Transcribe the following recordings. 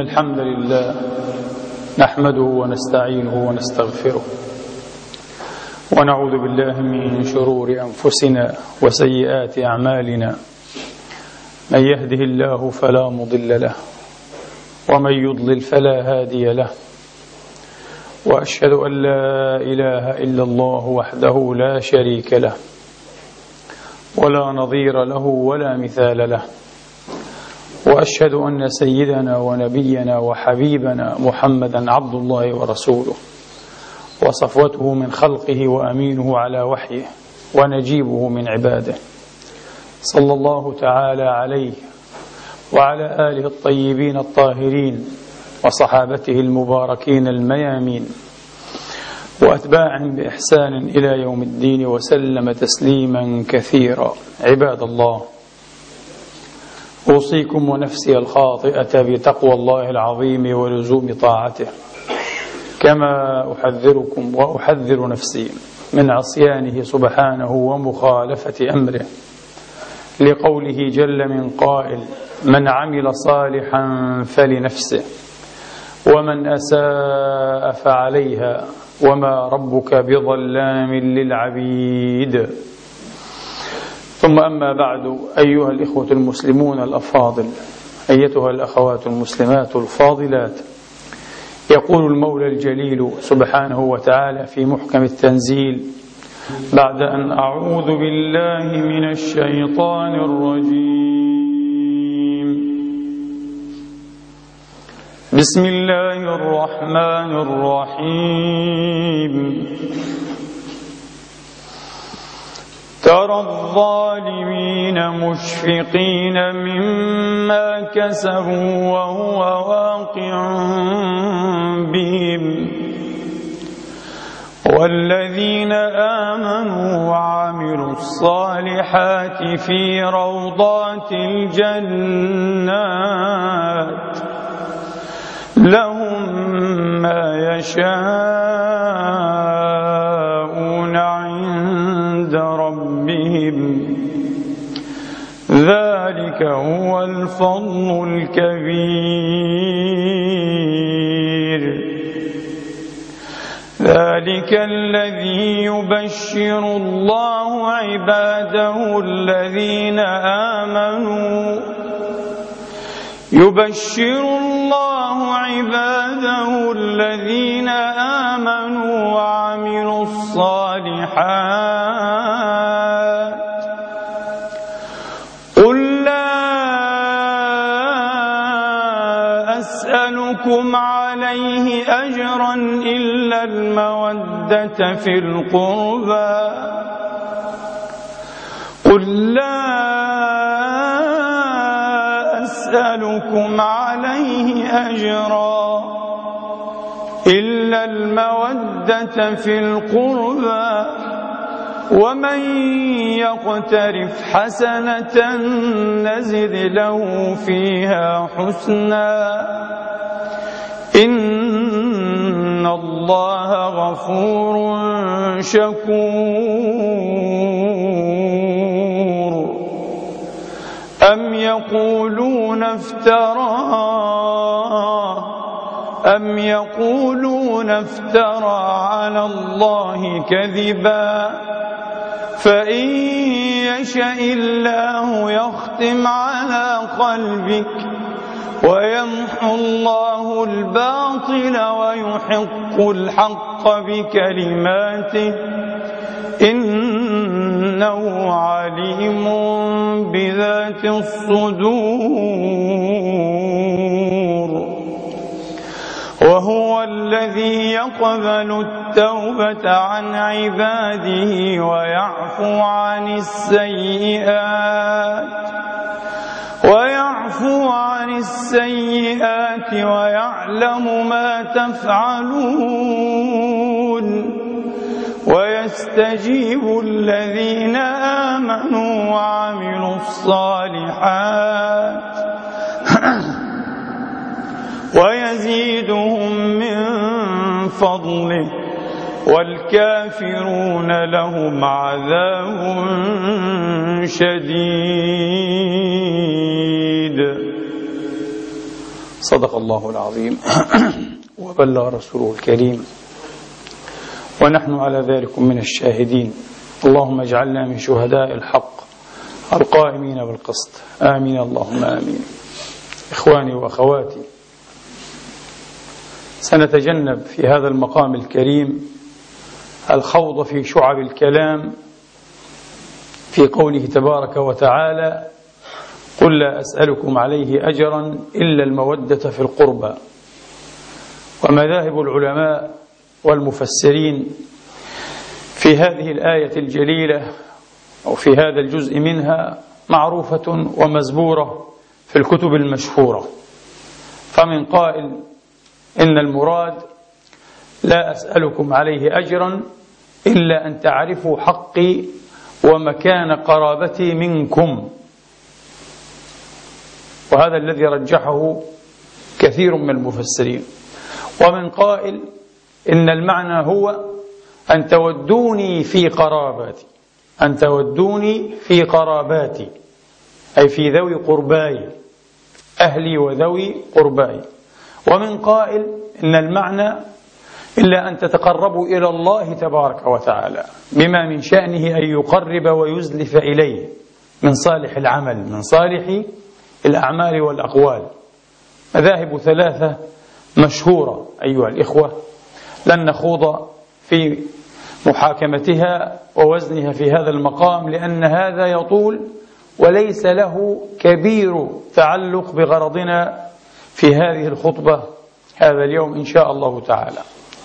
إن الحمد لله نحمده ونستعينه ونستغفره ونعوذ بالله من شرور أنفسنا وسيئات أعمالنا. من يهده الله فلا مضل له ومن يضلل فلا هادي له، وأشهد أن لا إله إلا الله وحده لا شريك له ولا نظير له ولا مثال له، وأشهد أن سيدنا ونبينا وحبيبنا محمدا عبد الله ورسوله وصفوته من خلقه وأمينه على وحيه ونجيبه من عباده، صلى الله تعالى عليه وعلى آله الطيبين الطاهرين وصحابته المباركين الميامين وأتباعهم بإحسان إلى يوم الدين وسلم تسليما كثيرا. عباد الله، أوصيكم ونفسي الخاطئة بتقوى الله العظيم ولزوم طاعته، كما أحذركم وأحذر نفسي من عصيانه سبحانه ومخالفة أمره، لقوله جل من قائل: من عمل صالحا فلنفسه ومن أساء فعليها وما ربك بظلام للعبيد. ثم أما بعد، أيها الإخوة المسلمون الأفاضل، أيتها الأخوات المسلمات الفاضلات، يقول المولى الجليل سبحانه وتعالى في محكم التنزيل بعد أن أعوذ بالله من الشيطان الرجيم: بسم الله الرحمن الرحيم. ترى الظالمين مشفقين مما كسبوا وهو واقع بهم، والذين آمنوا وعملوا الصالحات في روضات الجنات لهم ما يشاءون عند ربهم، ذلك هو الفضل الكبير. ذلك الذي يبشر الله عباده الذين آمنوا وعملوا الصالحات. قل لا أسألكم عليه أجرا إلا المودة في القربى. قل لا أسألكم عليه أجرا إلا المودة في القربى، ومن يقترف حسنة نزد له فيها حسنا، إن الله غفور شكور. أم يقولون افترى على الله كذبا، فإن يشاء الله يختم على قلبك ويمحو الله الباطل ويحق الحق بكلماته، إنه عليم بذات الصدور. وهو الذي يقبل التوبة عن عباده ويعفو عن السيئات ويعلم ما تفعلون، ويستجيب الذين آمنوا وعملوا الصالحات ويزيدهم من فضله، والكافرون لهم عذاب شديد. صدق الله العظيم وبلغ رسوله الكريم، ونحن على ذلك من الشاهدين. اللهم اجعلنا من شهداء الحق القائمين بالقسط، آمين اللهم آمين. إخواني وأخواتي، سنتجنب في هذا المقام الكريم الخوض في شعب الكلام في قوله تبارك وتعالى: قل لا أسألكم عليه أجرا إلا المودة في القربى. ومذاهب العلماء والمفسرين في هذه الآية الجليلة أو في هذا الجزء منها معروفة ومزبورة في الكتب المشهورة. فمن قائل إن المراد لا أسألكم عليه أجرا إلا أن تعرفوا حقي ومكان قرابتي منكم، وهذا الذي رجحه كثير من المفسرين. ومن قائل إن المعنى هو أن تودوني في قراباتي، أن تودوني في قراباتي، أي في ذوي قرباي، أهلي وذوي قرباي. ومن قائل إن المعنى إلا أن تتقربوا إلى الله تبارك وتعالى بما من شأنه أن يقرب ويزلف إليه من صالح العمل، من صالح الأعمال والأقوال. مذاهب ثلاثة مشهورة أيها الإخوة، لن نخوض في محاكمتها ووزنها في هذا المقام لأن هذا يطول وليس له كبير تعلق بغرضنا في هذه الخطبة هذا اليوم إن شاء الله تعالى.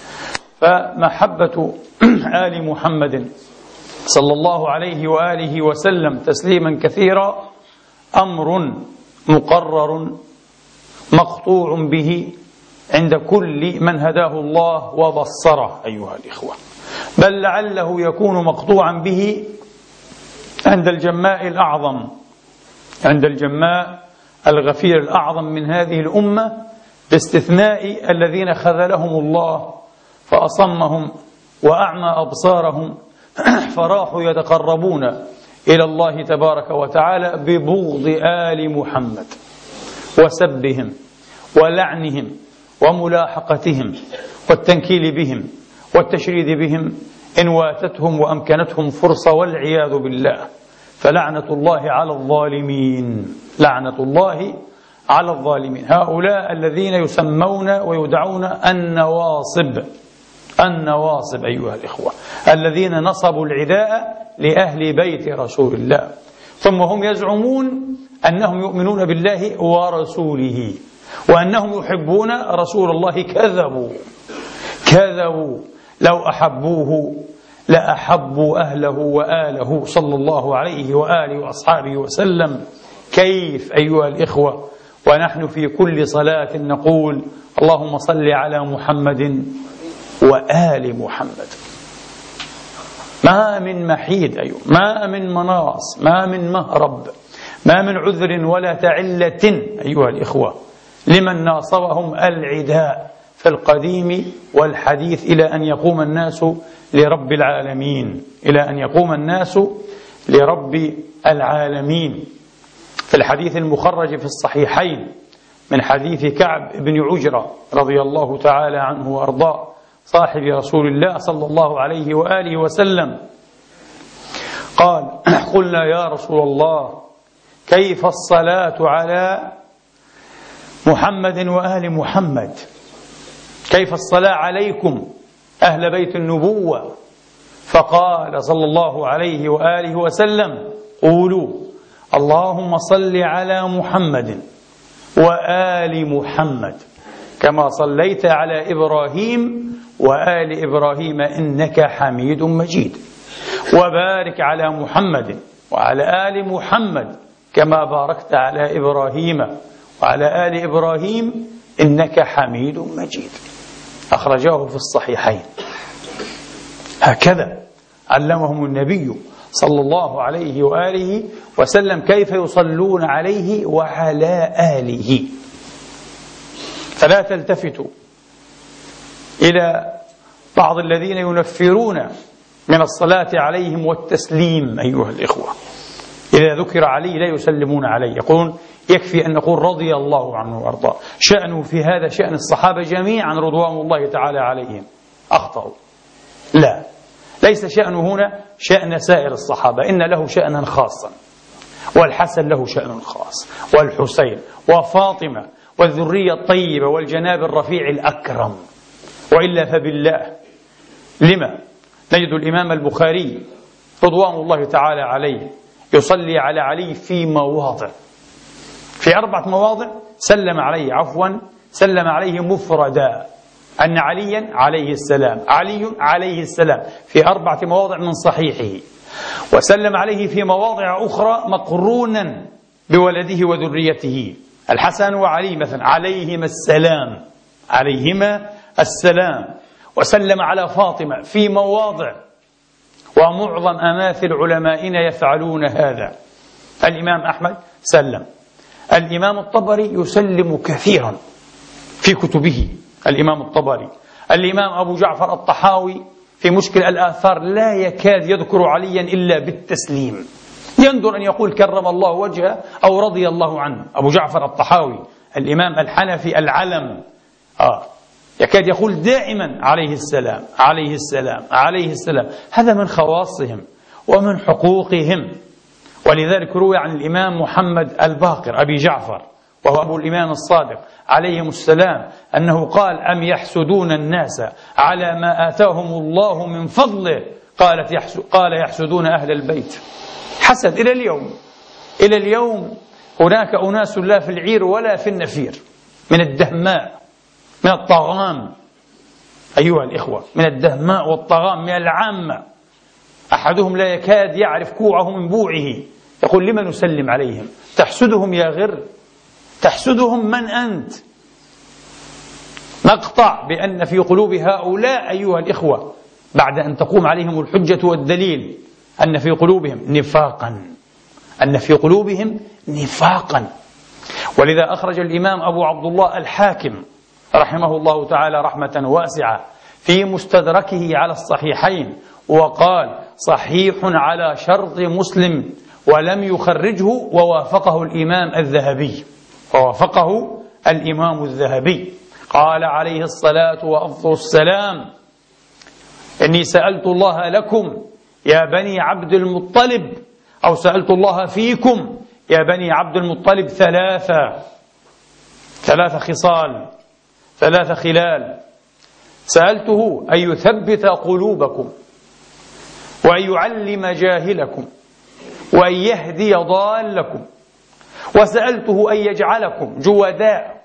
فمحبة آل محمد صلى الله عليه وآله وسلم تسليما كثيرا أمر مقرر مقطوع به عند كل من هداه الله وبصره أيها الإخوة، بل لعله يكون مقطوعا به عند الجماء الأعظم، عند الجماء الغفير الأعظم من هذه الأمة، باستثناء الذين خذلهم الله فأصمهم وأعمى أبصارهم فراحوا يتقربون إلى الله تبارك وتعالى ببغض آل محمد وسبهم ولعنهم وملاحقتهم والتنكيل بهم والتشريد بهم إن واتتهم وأمكنتهم فرصة، والعياذ بالله. فلعنة الله على الظالمين، لعنة الله على الظالمين. هؤلاء الذين يسمون ويدعون النواصب، النواصب أيها الإخوة، الذين نصبوا العداء لأهل بيت رسول الله، ثم هم يزعمون أنهم يؤمنون بالله ورسوله وأنهم يحبون رسول الله. كذبوا. لو أحبوه لأحبوا أهله وآله صلى الله عليه وآله وأصحابه وسلم. كيف أيها الإخوة ونحن في كل صلاة نقول اللهم صل على محمد وآل محمد؟ ما من محيد أيوة، ما من مناص، ما من مهرب، ما من عذر ولا تعلة أيها الإخوة لمن ناصرهم العداء في القديم والحديث إلى أن يقوم الناس لرب العالمين، إلى أن يقوم الناس لرب العالمين. في الحديث المخرج في الصحيحين من حديث كعب بن عجرة رضي الله تعالى عنه وأرضاه صاحب رسول الله صلى الله عليه وآله وسلم قال: قلنا يا رسول الله كيف الصلاة على محمد وآل محمد؟ كيف الصلاة عليكم أهل بيت النبوة؟ فقال صلى الله عليه وآله وسلم: قولوا اللهم صل على محمد وآل محمد كما صليت على إبراهيم وآل إبراهيم إنك حميد مجيد، وبارك على محمد وعلى آل محمد كما باركت على إبراهيم وعلى آل إبراهيم إنك حميد مجيد. أخرجاه في الصحيحين. هكذا علمهم النبي صلى الله عليه وآله وسلم كيف يصلون عليه وعلى آله. فلا تلتفتوا إلى بعض الذين ينفرون من الصلاة عليهم والتسليم أيها الإخوة. إذا ذكر علي لا يسلمون عليه، يقولون يكفي أن نقول رضي الله عنه وأرضاه. شأنه في هذا شأن الصحابة جميعا رضوان الله تعالى عليهم. أخطأوا؟ لا، ليس شأنه هنا شأن سائر الصحابة، إن له شأنا خاصا، والحسن له شأن خاص، والحسين وفاطمة والذرية الطيبة والجناب الرفيع الأكرم. وإلا فبالله لما نجد الإمام البخاري رضوان الله تعالى عليه يصلي على علي في مواضع، في 4 مواضع سلم عليه مفردا أن عليا عليه السلام، علي عليه السلام، في 4 مواضع من صحيحه. وسلم عليه في مواضع أخرى مقرونا بولده وذريته، الحسن وعلي مثلا عليهما السلام. وسلم على فاطمة في مواضع، ومعظم أماثل علمائنا يفعلون هذا. الإمام أحمد سلم، الإمام الطبري يسلم كثيرا في كتبه، الإمام الطبري. الإمام أبو جعفر الطحاوي في مشكل الآثار لا يكاد يذكر عليا إلا بالتسليم، يندر أن يقول كرم الله وجهه أو رضي الله عنه. أبو جعفر الطحاوي الإمام الحنفي العلم يكاد يقول دائما عليه السلام عليه السلام عليه السلام. هذا من خواصهم ومن حقوقهم. ولذلك روي عن الإمام محمد الباقر أبي جعفر وهو أبو الإمام الصادق عليهم السلام أنه قال أم يحسدون الناس على ما آتاهم الله من فضله، قال يحسدون أهل البيت. حسد إلى اليوم هناك أناس لا في العير ولا في النفير، من الدهماء، من الطغام أيها الإخوة، من الدهماء والطغام، من العامة. أحدهم لا يكاد يعرف كوعه من بوعه، يقول لمن نسلم عليهم؟ تحسدهم يا غر، تحسدهم من أنت؟ نقطع بأن في قلوب هؤلاء أيها الإخوة بعد أن تقوم عليهم الحجة والدليل أن في قلوبهم نفاقا. ولذا أخرج الإمام أبو عبد الله الحاكم رحمه الله تعالى رحمة واسعة في مستدركه على الصحيحين وقال صحيح على شرط مسلم ولم يخرجه، ووافقه الإمام الذهبي. قال عليه الصلاة وأفضل السلام إني سألت الله لكم يا بني عبد المطلب، أو سألت الله فيكم يا بني عبد المطلب ثلاث خصال، 3 خلال. سألته أن يثبت قلوبكم، وأن يعلم جاهلكم، وأن يهدي ضالكم، وسألته أن يجعلكم جوداء،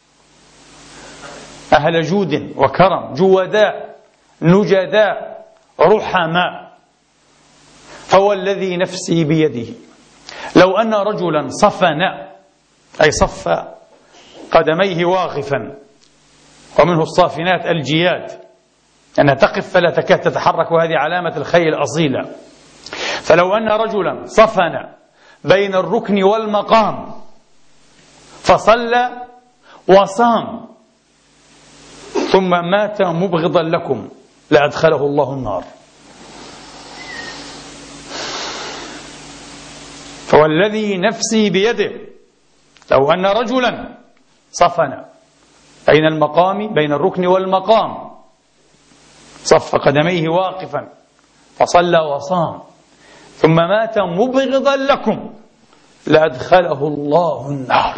أهل جود وكرم، جوداء نجداء رحماء. فوالذي نفسي بيده لو أن رجلا صفن، أي صف قدميه واقفا، ومنه الصافنات الجياد أنها تقف فلا تكاد تتحرك، وهذه علامة الخيل الأصيلة. فلو أن رجلا صفن بين الركن والمقام فصلى وصام ثم مات مبغضا لكم لأدخله الله النار. فوالذي نفسي بيده لو أن رجلا صفن بين الركن والمقام، صف قدميه واقفا فصلى وصام ثم مات مبغضا لكم لأدخله الله النار.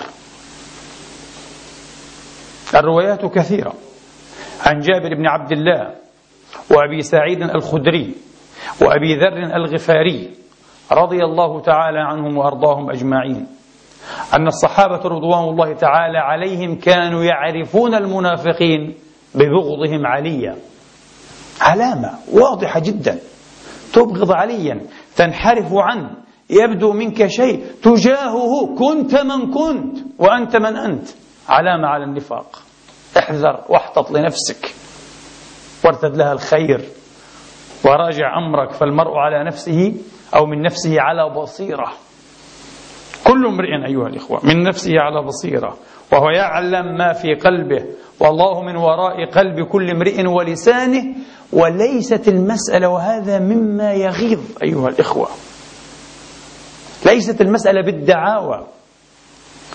الروايات كثيرة عن جابر بن عبد الله وأبي سعيد الخدري وأبي ذر الغفاري رضي الله تعالى عنهم وأرضاهم أجمعين أن الصحابة رضوان الله تعالى عليهم كانوا يعرفون المنافقين ببغضهم عليا، علامة واضحة جدا، تبغض عليا، تنحرف عنه، يبدو منك شيء تجاهه، كنت من كنت وأنت من أنت، علامة على النفاق. احذر واحتط لنفسك وارتد لها الخير وراجع أمرك، فالمرء على نفسه أو من نفسه على بصيرة، كل امرئ أيها الإخوة من نفسه على بصيرة، وهو يعلم ما في قلبه، والله من وراء قلب كل امرئ ولسانه. وليست المسألة، وهذا مما يغيظ أيها الإخوة، ليست المسألة بالدعاوى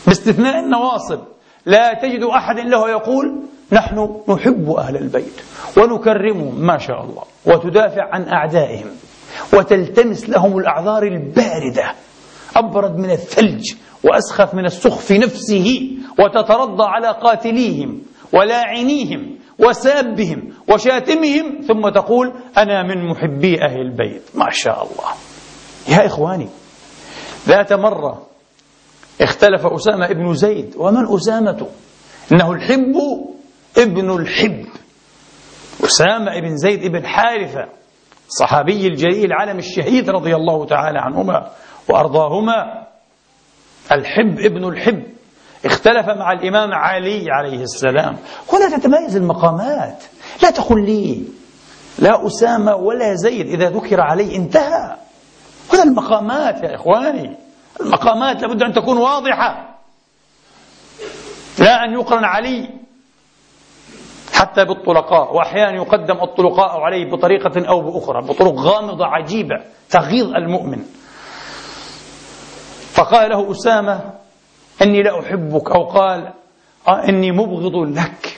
باستثناء النواصب لا تجد أحد له يقول نحن نحب أهل البيت ونكرمهم ما شاء الله، وتدافع عن أعدائهم وتلتمس لهم الأعذار الباردة أبرد من الثلج وأسخف من السخف نفسه، وتترضى على قاتليهم ولاعنيهم وسابهم وشاتمهم، ثم تقول أنا من محبي أهل البيت. ما شاء الله. يا إخواني، ذات مرة اختلف أسامة ابن زيد. ومن أسامة؟ إنه الحب ابن الحب، أسامة ابن زيد ابن حارثة، الصحابي الجليل العالم الشهيد رضي الله تعالى عنهما وأرضاهما، الحب ابن الحب. اختلف مع الإمام علي عليه السلام. هنا تتميز المقامات. لا تقل لي لا أسامة ولا زيد، إذا ذكر علي انتهى. هنا المقامات يا إخواني، المقامات لابد أن تكون واضحة، لا أن يقرن علي حتى بالطلقاء، وأحيانا يقدم الطلقاء عليه بطريقة أو بأخرى، بطرق غامضة عجيبة تغيظ المؤمن. فقال له أسامة إني لا أحبك، أو قال إني مبغض لك،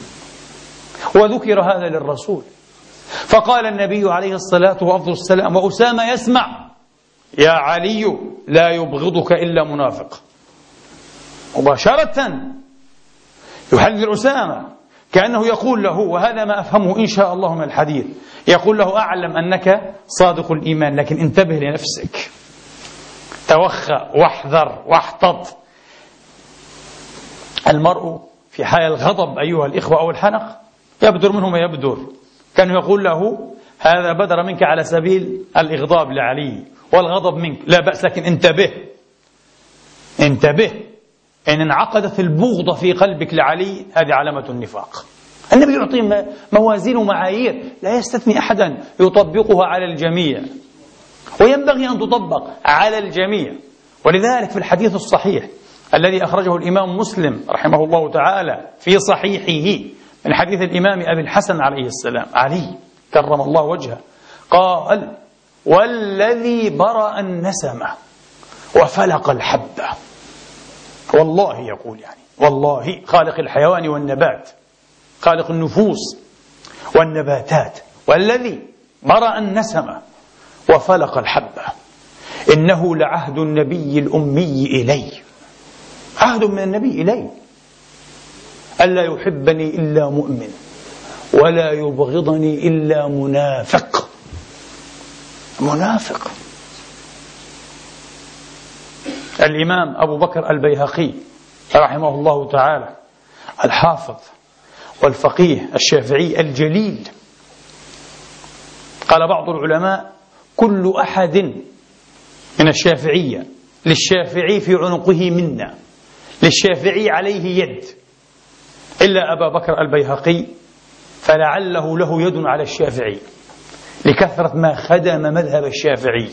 وذكر هذا للرسول. فقال النبي عليه الصلاة والسلام وأسامة يسمع: يا علي لا يبغضك إلا منافق. مباشرة يحذر أسامة، كأنه يقول له، وهذا ما أفهمه إن شاء الله من الحديث، يقول له أعلم أنك صادق الإيمان، لكن انتبه لنفسك، توخى واحذر واحتط. المرء في حال الغضب أيها الإخوة أو الحنق يبدر منه ما يبدر. كان يقول له هذا بدر منك على سبيل الإغضاب لعلي والغضب منك، لا بأس، لكن انتبه انتبه، إن انعقدت البغضة في قلبك لعلي هذه علامة النفاق. النبي يعطي موازين ومعايير لا يستثني أحدا، يطبقها على الجميع، وينبغي أن تطبق على الجميع. ولذلك في الحديث الصحيح الذي أخرجه الإمام مسلم رحمه الله تعالى في صحيحه من حديث الإمام أبي الحسن عليه السلام، علي كرم الله وجهه، قال: والذي برأ النسمة وفلق الحبة. والله يقول يعني والله خالق الحيوان والنبات، خالق النفوس والنباتات، والذي برأ النسمة وفلق الحبة، إنه لعهد النبي الأمي إلي، عهد من النبي إلي، ألا يحبني إلا مؤمن ولا يبغضني إلا منافق. منافق. الإمام أبو بكر البيهقي رحمه الله تعالى، الحافظ والفقيه الشافعي الجليل، قال بعض العلماء: كل أحد من الشافعية للشافعي في عنقه منا، للشافعي عليه يد، إلا أبا بكر البيهقي فلعله له يد على الشافعي لكثرة ما خدم مذهب الشافعي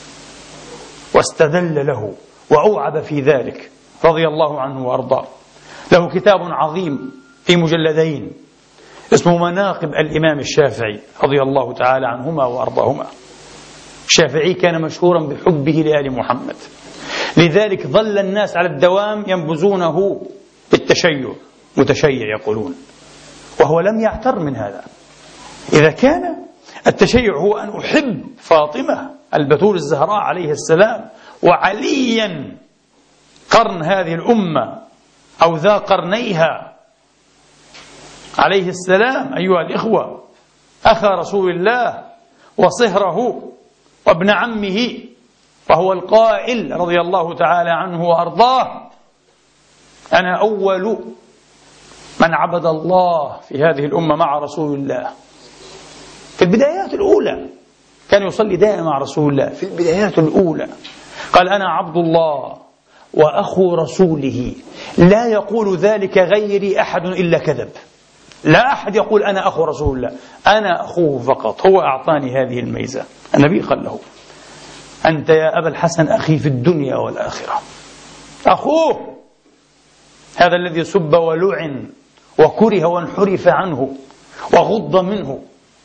واستدل له وأوعب في ذلك رضي الله عنه وأرضاه. له كتاب عظيم في مجلدين اسمه مناقب الإمام الشافعي رضي الله تعالى عنهما وأرضاهما. الشافعي كان مشهورا بحبه لآل محمد، لذلك ظل الناس على الدوام ينبذونه بالتشيع، متشيع يقولون، وهو لم يعتر من هذا. إذا كان التشيع هو أن أحب فاطمة البتول الزهراء عليه السلام وعليا قرن هذه الأمة أو ذا قرنيها عليه السلام، أيها الإخوة، أخا رسول الله وصهره وابن عمه، وهو القائل رضي الله تعالى عنه وأرضاه: أنا أول من عبد الله في هذه الأمة مع رسول الله. في البدايات الأولى كان يصلي دائما مع رسول الله، في البدايات الأولى قال: أنا عبد الله وأخو رسوله، لا يقول ذلك غيري أحد إلا كذب. لا أحد يقول أنا أخو رسول الله، أنا أخوه فقط، هو أعطاني هذه الميزة. النبي قال له: أنت يا أبا الحسن أخي في الدنيا والآخرة. أخوه هذا الذي سب ولعن وكره وانحرف عنه وغض منه،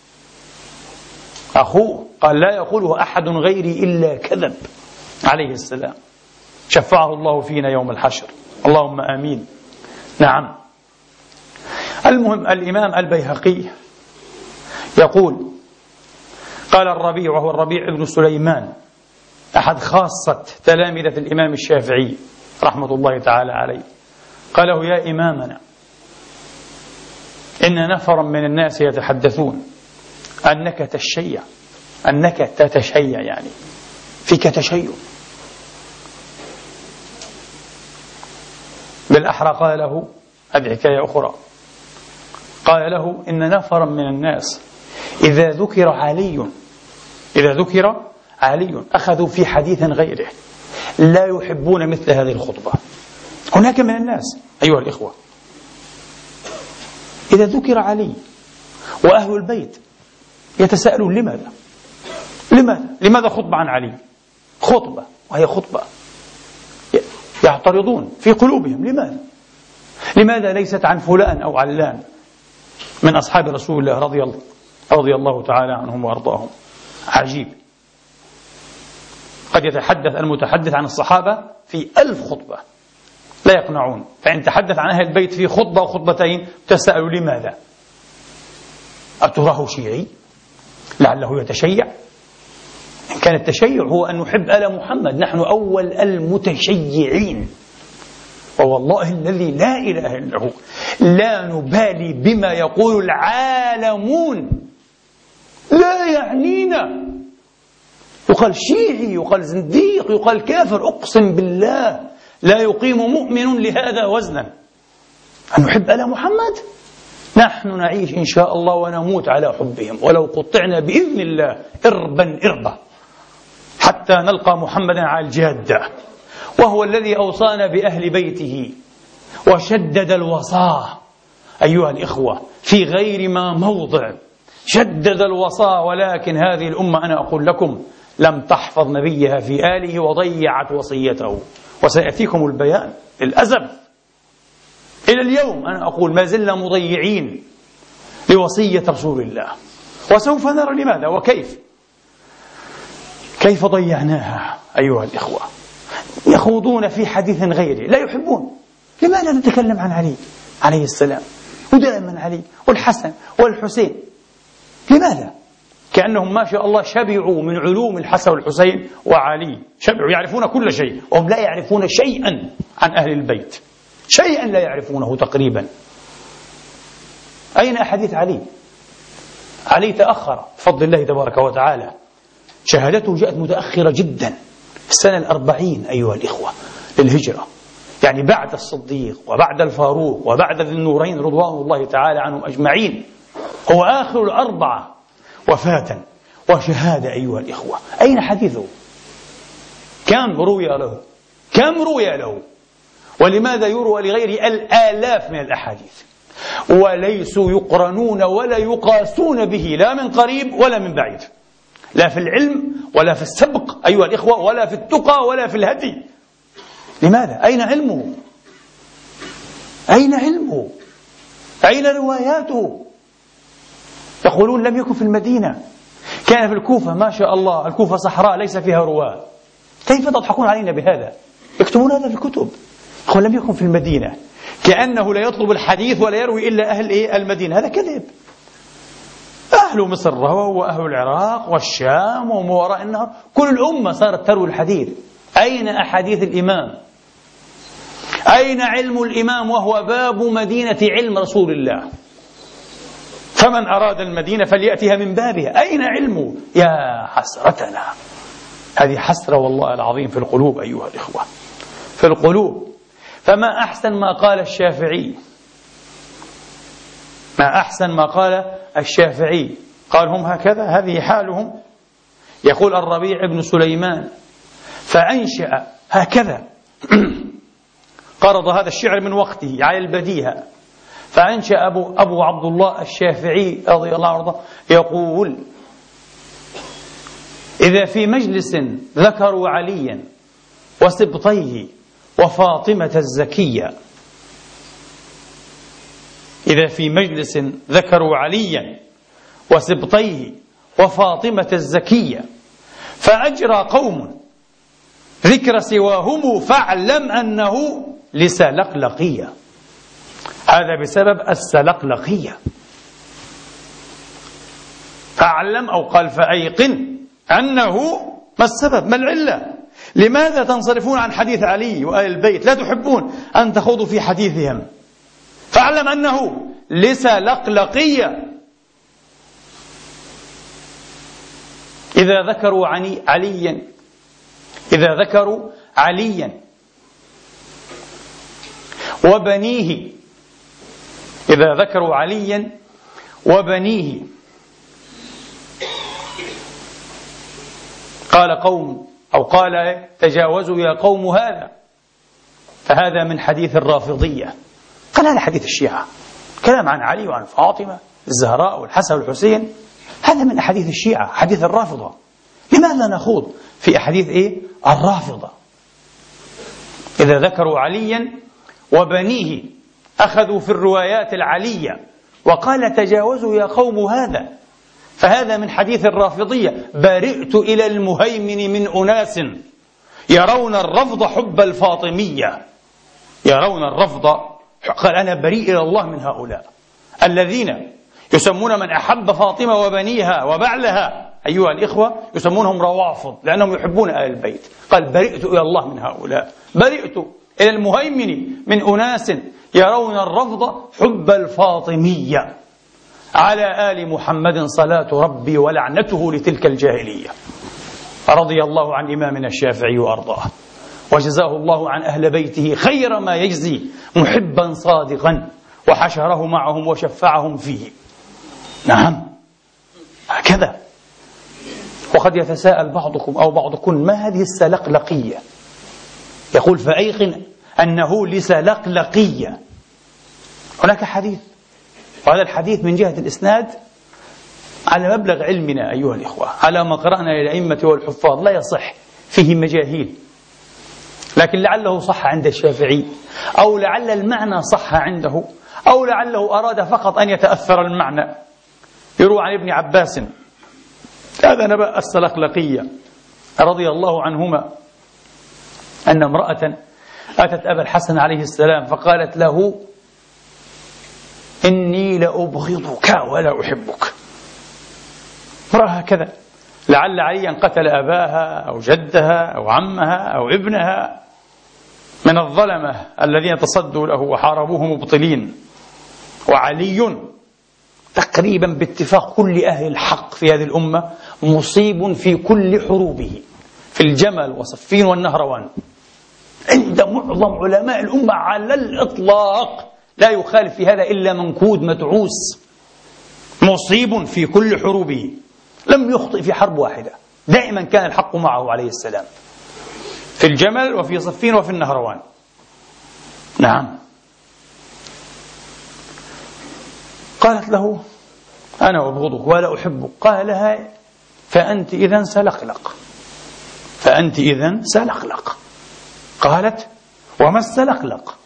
أخوه. قال: لا يقوله أحد غيري إلا كذب عليه السلام. شفعه الله فينا يوم الحشر اللهم آمين. نعم. المهم الإمام البيهقي يقول: قال الربيع، وهو الربيع بن سليمان أحد خاصة تلامذة الإمام الشافعي رحمة الله تعالى عليه، قال له: يا إمامنا، إن نفرا من الناس يتحدثون أنك تشيع، أنك تتشيع، يعني فيك تشيع. بالأحرى قال له، هذه حكاية أخرى، قال له: إن نفرا من الناس إذا ذكر علي أخذوا في حديث غيره، لا يحبون مثل هذه الخطبة. هناك من الناس أيها الإخوة إذا ذكر علي وأهل البيت يتساءلون: لماذا خطبة عن علي؟ خطبة وهي خطبة. يعترضون في قلوبهم: لماذا ليست عن فلان أو علان من أصحاب رسول الله رضي الله تعالى عنهم وأرضاهم؟ عجيب. قد يتحدث المتحدث عن الصحابة في 1000 خطبة لا يقنعون، فإن تحدث عن أهل البيت في خطبة أو خطبتين تسألوا: لماذا؟ أتراه شيعي؟ لعله يتشيع؟ إن كان التشيع هو أن نحب آل محمد، نحن أول المتشيعين، ووالله الذي لا إله إلا هو لا نبالي بما يقول العالمون، لا يعنينا. يقال شيعي، يقال زنديق، يقال كافر، أقسم بالله لا يقيم مؤمن لهذا وزنا. أن نحب آل محمد، نحن نعيش إن شاء الله ونموت على حبهم، ولو قطعنا بإذن الله إربا حتى نلقى محمدا على الجادة، وهو الذي أوصانا بأهل بيته وشدد الوصاة أيها الإخوة في غير ما موضع، شدد الوصاة. ولكن هذه الأمة أنا أقول لكم لم تحفظ نبيها في آله وضيعت وصيته، وسيأتيكم البيان. للأسف إلى اليوم أنا أقول ما زلنا مضيعين لوصية رسول الله، وسوف نرى لماذا كيف ضيعناها أيها الإخوة. يخوضون في حديث غيره، لا يحبون. لماذا نتكلم عن علي عليه السلام، ودائما علي والحسن والحسين؟ لماذا؟ كأنهم ما شاء الله شبعوا من علوم الحسن والحسين وعلي، شبعوا، يعرفون كل شيء، وهم لا يعرفون شيئا عن أهل البيت، شيئا لا يعرفونه تقريبا. أين أحاديث علي؟ علي تأخر بفضل الله تبارك وتعالى، شهادته جاءت متأخرة جدا، السنة 40 أيها الإخوة للهجرة، يعني بعد الصديق وبعد الفاروق وبعد ذي النورين رضوان الله تعالى عنهم أجمعين. هو آخر 4 وفاة وشهادة أيها الإخوة. أين حديثه؟ كم روي له؟ ولماذا يروى لغيره الآلاف من الأحاديث، وليسوا يقرنون ولا يقاسون به لا من قريب ولا من بعيد، لا في العلم ولا في السبق أيها الإخوة، ولا في التقى ولا في الهدي. لماذا؟ أين علمه؟ أين رواياته؟ يقولون لم يكن في المدينة، كان في الكوفة. ما شاء الله، الكوفة صحراء ليس فيها رواة. كيف تضحكون علينا بهذا؟ يكتبون هذا في الكتب. يقول لم يكن في المدينة، كأنه لا يطلب الحديث ولا يروي إلا أهل المدينة. هذا كذب. أهل مصر رووا، وأهل العراق والشام وما وراء النهر، كل الأمة صارت تروي الحديث. أين أحاديث الإمام؟ أين علم الإمام وهو باب مدينة علم رسول الله؟ فمن أراد المدينة فليأتها من بابها. أين علمه؟ يا حسرتنا، هذه حسرة والله العظيم في القلوب أيها الإخوة، في القلوب. فما أحسن ما قال الشافعي، قال هم هكذا، هذه حالهم. يقول الربيع بن سليمان: فأنشأ هكذا قرض هذا الشعر من وقته على البديهة، فأنشأ أبو عبد الله الشافعي رضي الله عنه يقول: إذا في مجلس ذكروا عليا وسبطيه وفاطمة الزكية، إذا في مجلس ذكروا عليا وسبطيه وفاطمة الزكية فأجرى قوم ذكر سواهم فاعلم أنه لسلقلقية. هذا بسبب السلقلقية. فاعلم أو قال فأيقن أنه ما السبب، ما العلة، لماذا تنصرفون عن حديث علي وآل البيت، لا تحبون أن تخوضوا في حديثهم. فاعلم أنه لسلقلقية. إذا ذكروا عليا، إذا ذكروا عليا وبنيه، إذا ذكروا عليا وبنيه قال قوم أو قال تجاوزوا يا قوم هذا، فهذا من حديث الرافضية. قال هذا حديث الشيعة، كلام عن علي وعن فاطمة الزهراء والحسن والحسين، هذا من أحاديث الشيعة، حديث الرافضة. لماذا نخوض في أحاديث الرافضة؟ إذا ذكروا عليا وبنيه أخذوا في الروايات العلية وقال تجاوزوا يا قوم هذا، فهذا من حديث الرافضية. برئت إلى المهيمن من أناس يرون الرفض حب الفاطمية، يرون الرفض، قال أنا بريء إلى الله من هؤلاء الذين يسمون من أحب فاطمة وبنيها وبعلها، أيها الإخوة، يسمونهم روافض لأنهم يحبون آل البيت. قال برئت إلى الله من هؤلاء، برئت إلى المهيمن من أناس يرون الرفض حب الفاطمية على آل محمد صلاة ربي ولعنته لتلك الجاهلية. رضي الله عن إمامنا الشافعي وأرضاه، وجزاه الله عن أهل بيته خير ما يجزي محبا صادقا، وحشره معهم وشفعهم فيه. نعم هكذا. وقد يتساءل بعضكم أو بعضكم ما هذه السلقلقية؟ يقول فأيقن أنه لسلقلقية. هناك حديث، وهذا الحديث من جهة الإسناد على مبلغ علمنا أيها الإخوة، على ما قرأنا للأئمة والحفاظ لا يصح، فيه مجاهيل، لكن لعله صح عند الشافعي، أو لعل المعنى صح عنده، أو لعله أراد فقط أن يتأثر المعنى. يروى عن ابن عباس هذا نبأ السلقلقية رضي الله عنهما أن امرأة أتت أبا الحسن عليه السلام فقالت له إني لأبغضك ولا أحبك. امرأة هكذا، لعل عليا قتل أباها أو جدها أو عمها أو ابنها من الظلمة الذين تصدوا له وحاربوه مبطلين. وعلي تقريبا باتفاق كل أهل الحق في هذه الأمة مصيب في كل حروبه، في الجمل وصفين والنهروان، عند معظم علماء الأمة على الإطلاق لا يخالف في هذا إلا منكود متعوس، مصيب في كل حروبه، لم يخطئ في حرب واحدة، دائما كان الحق معه عليه السلام، في الجمل وفي صفين وفي النهروان. نعم. قالت له أنا أبغضك ولا أحبك. قال لها فأنت إذن سلقلق، فأنت إذن سلقلق. قالت وما السلقلق؟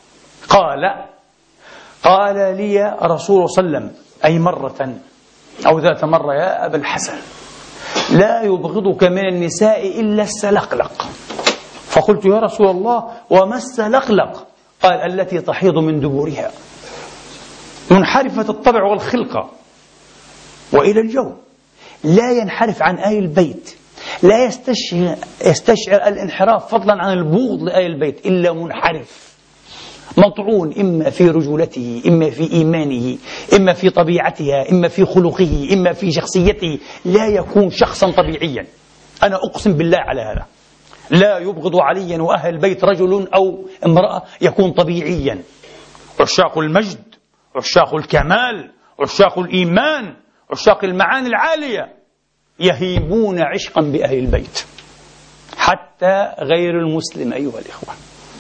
قال لي رسول صلى الله عليه وسلم أي مرة أو ذات مرة يا أبا الحسن لا يبغضك من النساء إلا السلقلق. فقلت يا رسول الله وما السلقلق؟ قال التي تحيض من دبورها، منحرفة الطبع والخلقة وإلى الجو، لا ينحرف عن آل البيت، لا يستشعر الانحراف فضلا عن البغض لآل البيت إلا منحرف مطعون، إما في رجولته، إما في إيمانه، إما في طبيعتها، إما في خلقه، إما في شخصيته، لا يكون شخصا طبيعيا. أنا أقسم بالله على هذا، لا يبغض عليا وأهل البيت رجل أو امرأة يكون طبيعيا. عشاق المجد، عشاق الكمال، عشاق الإيمان، عشاق المعاني العالية يهيمون عشقا بأهل البيت، حتى غير المسلم أيها الإخوة،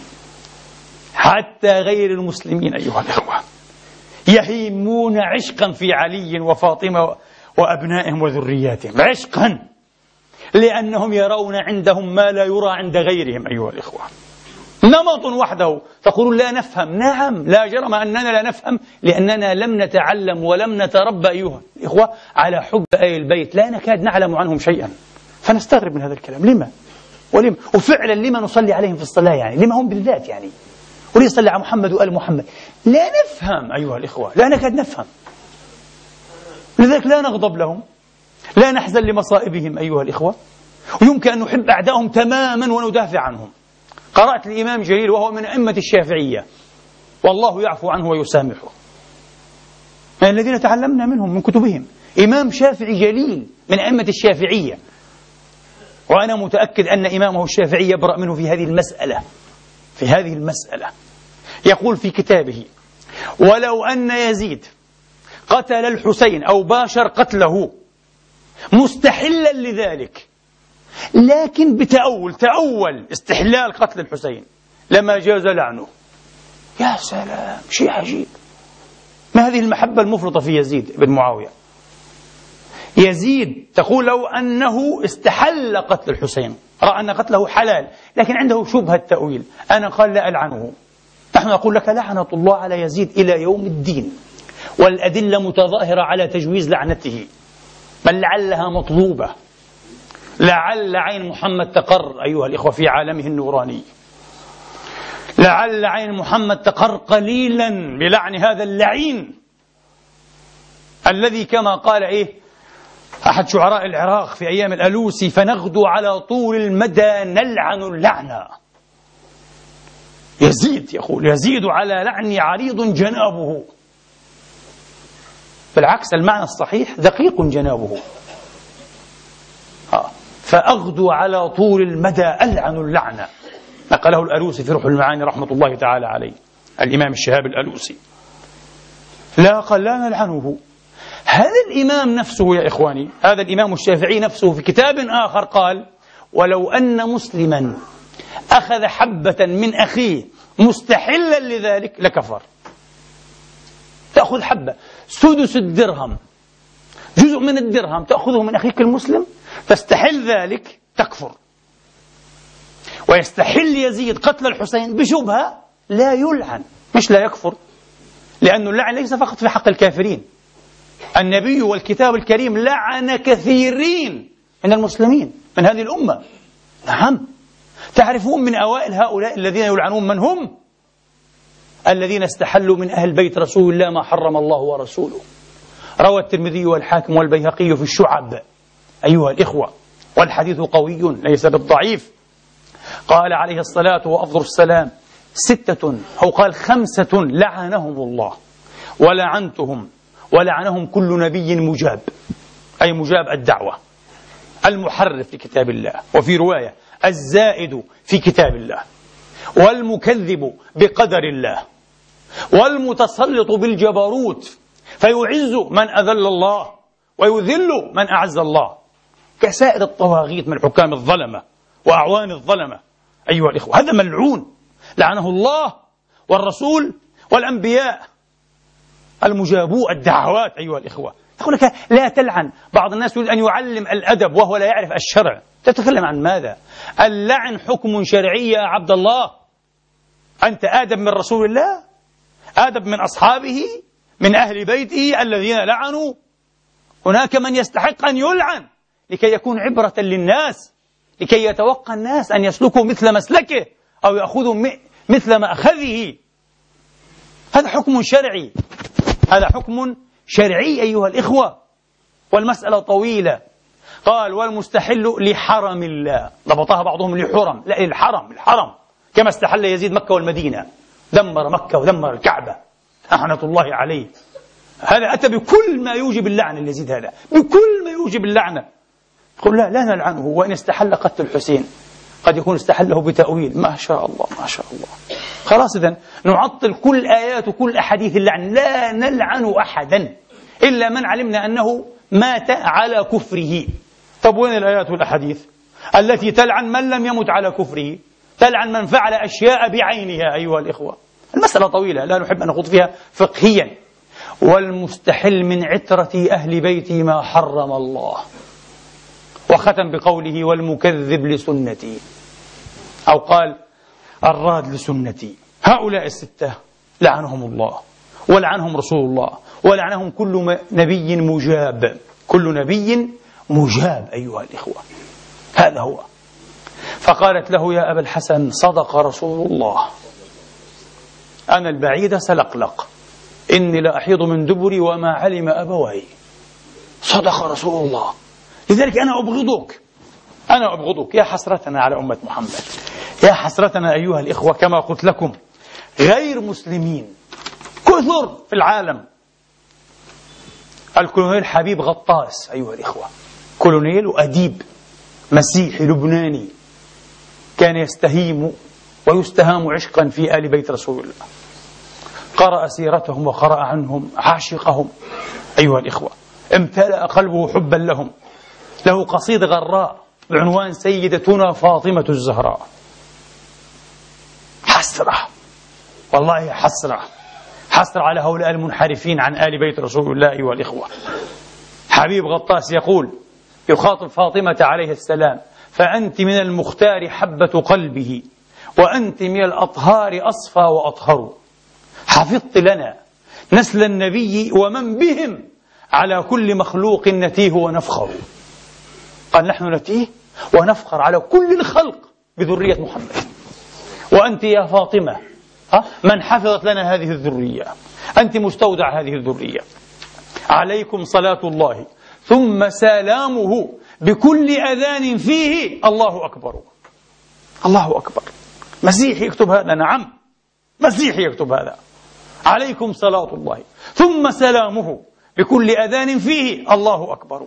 حتى غير المسلمين أيها الإخوة يهيمون عشقا في علي وفاطمة وأبنائهم وذرياتهم، عشقا، لأنهم يرون عندهم ما لا يرى عند غيرهم أيها الإخوة. نمط وحده. تقولون لا نفهم، نعم لا جرم أننا لا نفهم، لأننا لم نتعلم ولم نتربى أيها الإخوة على حب آل البيت، لا نكاد نعلم عنهم شيئا، فنستغرب من هذا الكلام. لما؟ ولما؟ وفعلا لما نصلي عليهم في الصلاة يعني؟ لما هم بالذات يعني؟ وليصلي على محمد وآل محمد. لا نفهم أيها الإخوة، لا نكاد نفهم. لذلك لا نغضب لهم، لا نحزن لمصائبهم أيها الإخوة، ويمكن أن نحب أعدائهم تماما وندافع عنهم. قرأت الإمام جليل وهو من أئمة الشافعية، والله يعفو عنه ويسامحه، من الذين تعلمنا منهم من كتبهم. إمام شافعي جليل من أئمة الشافعية، وأنا متأكد أن إمامه الشافعي يبرأ منه في هذه المسألة. يقول في كتابه: ولو أن يزيد قتل الحسين أو باشر قتله مستحلا لذلك، لكن تأول استحلال قتل الحسين، لما جاز لعنه. يا سلام، شيء عجيب. ما هذه المحبة المفرطة في يزيد بن معاوية؟ يزيد تقول لو أنه استحل قتل الحسين، رأى أن قتله حلال، لكن عنده شبهة تأويل، أنا قال لا ألعنه. نحن نقول لك لعنة الله على يزيد إلى يوم الدين، والأدلة متظاهرة على تجويز لعنته، بل لعلها مطلوبة. لعل عين محمد تقر أيها الإخوة في عالمه النوراني، لعل عين محمد تقر قليلا بلعن هذا اللعين الذي كما قال أحد شعراء العراق في أيام الألوسي: فنغدو على طول المدى نلعن اللعنة. يزيد يقول: يزيد على لعني عريض جنابه. بالعكس، المعنى الصحيح دقيق جنابه. فأغدو على طول المدى ألعن اللعنة، نقله الألوسي في روح المعاني رحمة الله تعالى عليه، الإمام الشهاب الألوسي. لا قال لا نلعنه. هذا الإمام نفسه يا إخواني، هذا الإمام الشافعي نفسه في كتاب آخر قال: ولو أن مسلما أخذ حبة من أخيه مستحلا لذلك لكفر. تأخذ حبة، سدس الدرهم، جزء من الدرهم، تأخذه من أخيك المسلم، تستحل ذلك، تكفر. ويستحل يزيد قتل الحسين بشبهة، لا يلعن، مش لا يكفر، لأن اللعن ليس فقط في حق الكافرين. النبي والكتاب الكريم لعن كثيرين من المسلمين من هذه الأمة. نعم، تعرفون من أوائل هؤلاء الذين يلعنون من هم؟ الذين استحلوا من أهل بيت رسول الله ما حرم الله ورسوله. روى الترمذي والحاكم والبيهقي في الشعب أيها الإخوة، والحديث قوي ليس بالضعيف. قال عليه الصلاة وأفضل السلام: 6 أو قال 5 لعنهم الله ولعنتهم ولعنهم كل نبي مجاب، أي مجاب الدعوة، المحرف لكتاب الله، وفي رواية الزائد في كتاب الله، والمكذب بقدر الله، والمتسلط بالجبروت فيعز من أذل الله ويذل من أعز الله، كسائر الطواغيت من حكام الظلمة وأعوان الظلمة أيها الإخوة. هذا ملعون، لعنه الله والرسول والأنبياء المجابو الدعوات أيها الإخوة. يقول لك لا تلعن. بعض الناس يريد أن يعلم الأدب وهو لا يعرف الشرع. تتكلم عن ماذا؟ اللعن حكم شرعي يا عبد الله. أنت آدب من رسول الله، آدب من أصحابه، من أهل بيته الذين لعنوا. هناك من يستحق أن يلعن لكي يكون عبرة للناس، لكي يتوقع الناس أن يسلكوا مثل مسلكه أو يأخذوا مثل ما أخذه. هذا حكم شرعي، هذا حكم شرعي أيها الإخوة. والمسألة طويلة. قال: والمستحل لحرم الله، ضبطها بعضهم لحرم، لا، الحرم كما استحل يزيد مكة والمدينة، دمر مكة ودمر الكعبة لعنة الله عليه. هذا أتى بكل ما يوجب اللعنة، يزيد هذا بكل ما يوجب اللعنة. يقول لا نلعنه، وإن استحل قتل الحسين قد يكون استحله بتأويل. ما شاء الله ما شاء الله. خلاص، إذن نعطل كل آيات وكل أحاديث اللعن، لا نلعن أحدا إلا من علمنا أنه مات على كفره. طب وين الآيات والأحاديث التي تلعن من لم يمت على كفره؟ تلعن من فعل أشياء بعينها أيها الإخوة. المسألة طويلة لا نحب أن نخوض فيها فقهيا. والمستحل من عترة أهل بيتي ما حرم الله، وختم بقوله: والمكذب لسنتي، أو قال الراد لسنتي. هؤلاء 6 لعنهم الله ولعنهم رسول الله ولعنهم كل نبي مجاب، كل نبي مجاب أيها الإخوة. هذا هو. فقالت له: يا أبا الحسن صدق رسول الله. أنا البعيد سلقلق، إني لأحيض من دبري وما علم أبواي. صدق رسول الله. لذلك أنا أبغضك يا حسرتنا على أمة محمد، يا حسرتنا أيها الإخوة. كما قلت لكم غير مسلمين كثر في العالم. الكولونيل حبيب غطاس أيها الإخوة، كولونيل وأديب مسيحي لبناني، كان يستهيم ويستهام عشقا في آل بيت رسول الله. قرأ سيرتهم وقرأ عنهم، عاشقهم أيها الإخوة، امتلأ قلبه حبا لهم. له قصيدة غراء بعنوان سيدتنا فاطمة الزهراء. حسرة والله، حسرة على هؤلاء المنحرفين عن آل بيت رسول الله أيها الإخوة. حبيب غطاس يقول، يخاطب فاطمة عليه السلام: فأنت من المختار حبة قلبه، وأنت من الأطهار أصفى وأطهر. حفظت لنا نسل النبي ومن بهم، على كل مخلوق نتيه ونفخر. قال نحن نتيه ونفخر على كل الخلق بذرية محمد. وأنت يا فاطمة من حفظت لنا هذه الذرية، أنت مستودع هذه الذرية. عليكم صلاة الله ثم سلامه بكل أذان فيه الله أكبر. الله أكبر. مسيحي يكتب هذا، نعم مسيحي يكتب هذا. عليكم صلاة الله ثم سلامه بكل أذان فيه الله أكبر.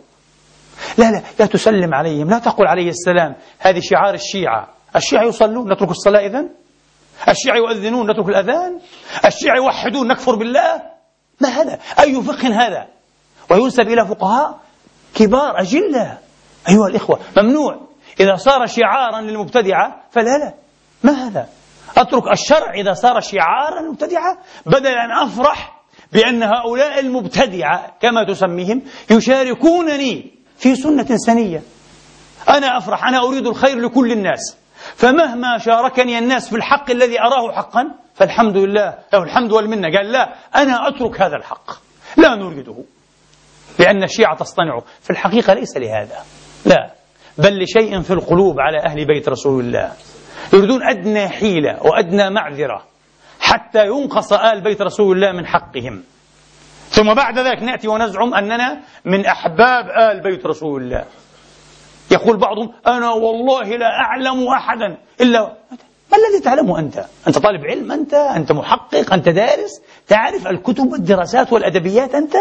لا تسلم عليهم، لا تقل عليه السلام. هذه شعار الشيعة. الشيعة يصلون نترك الصلاة إذن؟ الشيعة يؤذنون نترك الأذان؟ الشيعة يوحدون نكفر بالله؟ ما هذا؟ أي فقه هذا؟ وينسب إلى فقهاء كبار أجلة أيها الإخوة. ممنوع. إذا صار شعارا للمبتدعة فلا، ما هذا؟ أترك الشرع إذا صار شعارا للمبتدعة، بدل أن أفرح بأن هؤلاء المبتدعة كما تسميهم يشاركونني في سنة سنية. أنا أفرح، أنا أريد الخير لكل الناس، فمهما شاركني الناس في الحق الذي أراه حقا فالحمد لله له الحمد والمنة. قال لا، أنا أترك هذا الحق، لا نريده، لأن الشيعة تصطنعه. في الحقيقة ليس لهذا، لا، بل لشيء في القلوب على أهل بيت رسول الله. يريدون أدنى حيلة وأدنى معذرة حتى ينقص آل بيت رسول الله من حقهم، ثم بعد ذلك نأتي ونزعم أننا من أحباب آل بيت رسول الله. يقول بعضهم: أنا والله لا أعلم أحدا إلا. ما الذي تعلمه أنت؟ أنت طالب علم، أنت محقق، أنت دارس، تعرف الكتب والدراسات والأدبيات. أنت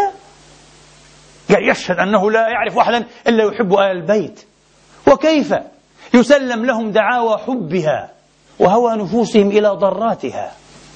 يشهد أنه لا يعرف أحدا إلا يحب آل البيت. وكيف يسلم لهم دعاوى حبها وهوى نفوسهم إلى ضراتها؟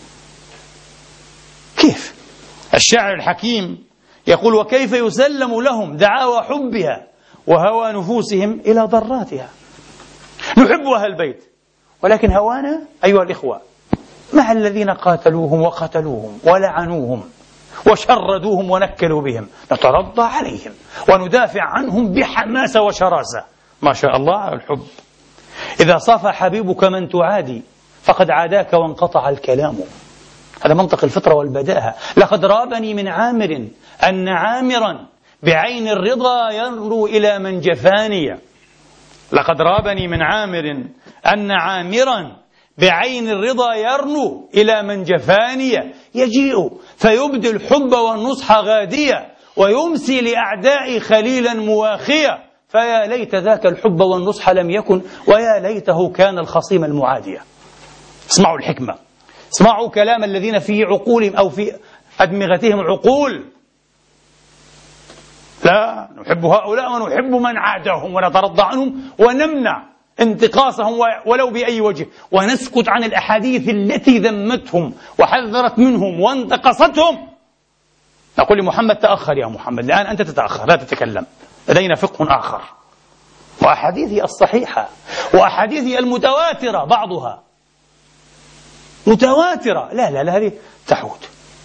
كيف؟ الشاعر الحكيم يقول: وكيف يسلم لهم دعاوى حبها وهوى نفوسهم إلى ضراتها. نحب أهل البيت، ولكن هوانا أيها الإخوة مع الذين قاتلوهم وقتلوهم ولعنوهم وشردوهم ونكلوا بهم، نترضى عليهم وندافع عنهم بحماسة وشراسة. ما شاء الله على الحب. إذا صاف حبيبك من تعادي فقد عاداك وانقطع الكلام. هذا منطق الفطرة والبداهة. لقد رابني من عامر أن عامرا بعين الرضا ينظر إلى من جفاني. لقد رابني من عامر أن عامرا بعين الرضا يرنو إلى من جفاني. يجيء فيبدي الحب والنصح غاديا ويمسي لأعداء خليلا مواخيا. فيا ليت ذاك الحب والنصح لم يكن، ويا ليته كان الخصيم المعادية. اسمعوا الحكمة، اسمعوا كلام الذين في عقولهم أو في أدمغتهم عقول. لا، نحب هؤلاء ونحب من عاداهم ونترضى عنهم ونمنع انتقاصهم ولو بأي وجه، ونسكت عن الأحاديث التي ذمتهم وحذرت منهم وانتقصتهم. نقول لمحمد: تأخر يا محمد، الآن أنت تتأخر، لا تتكلم، لدينا فقه آخر. وأحاديثه الصحيحة وأحاديثه المتواترة، بعضها متواترة، لا هذه تحود.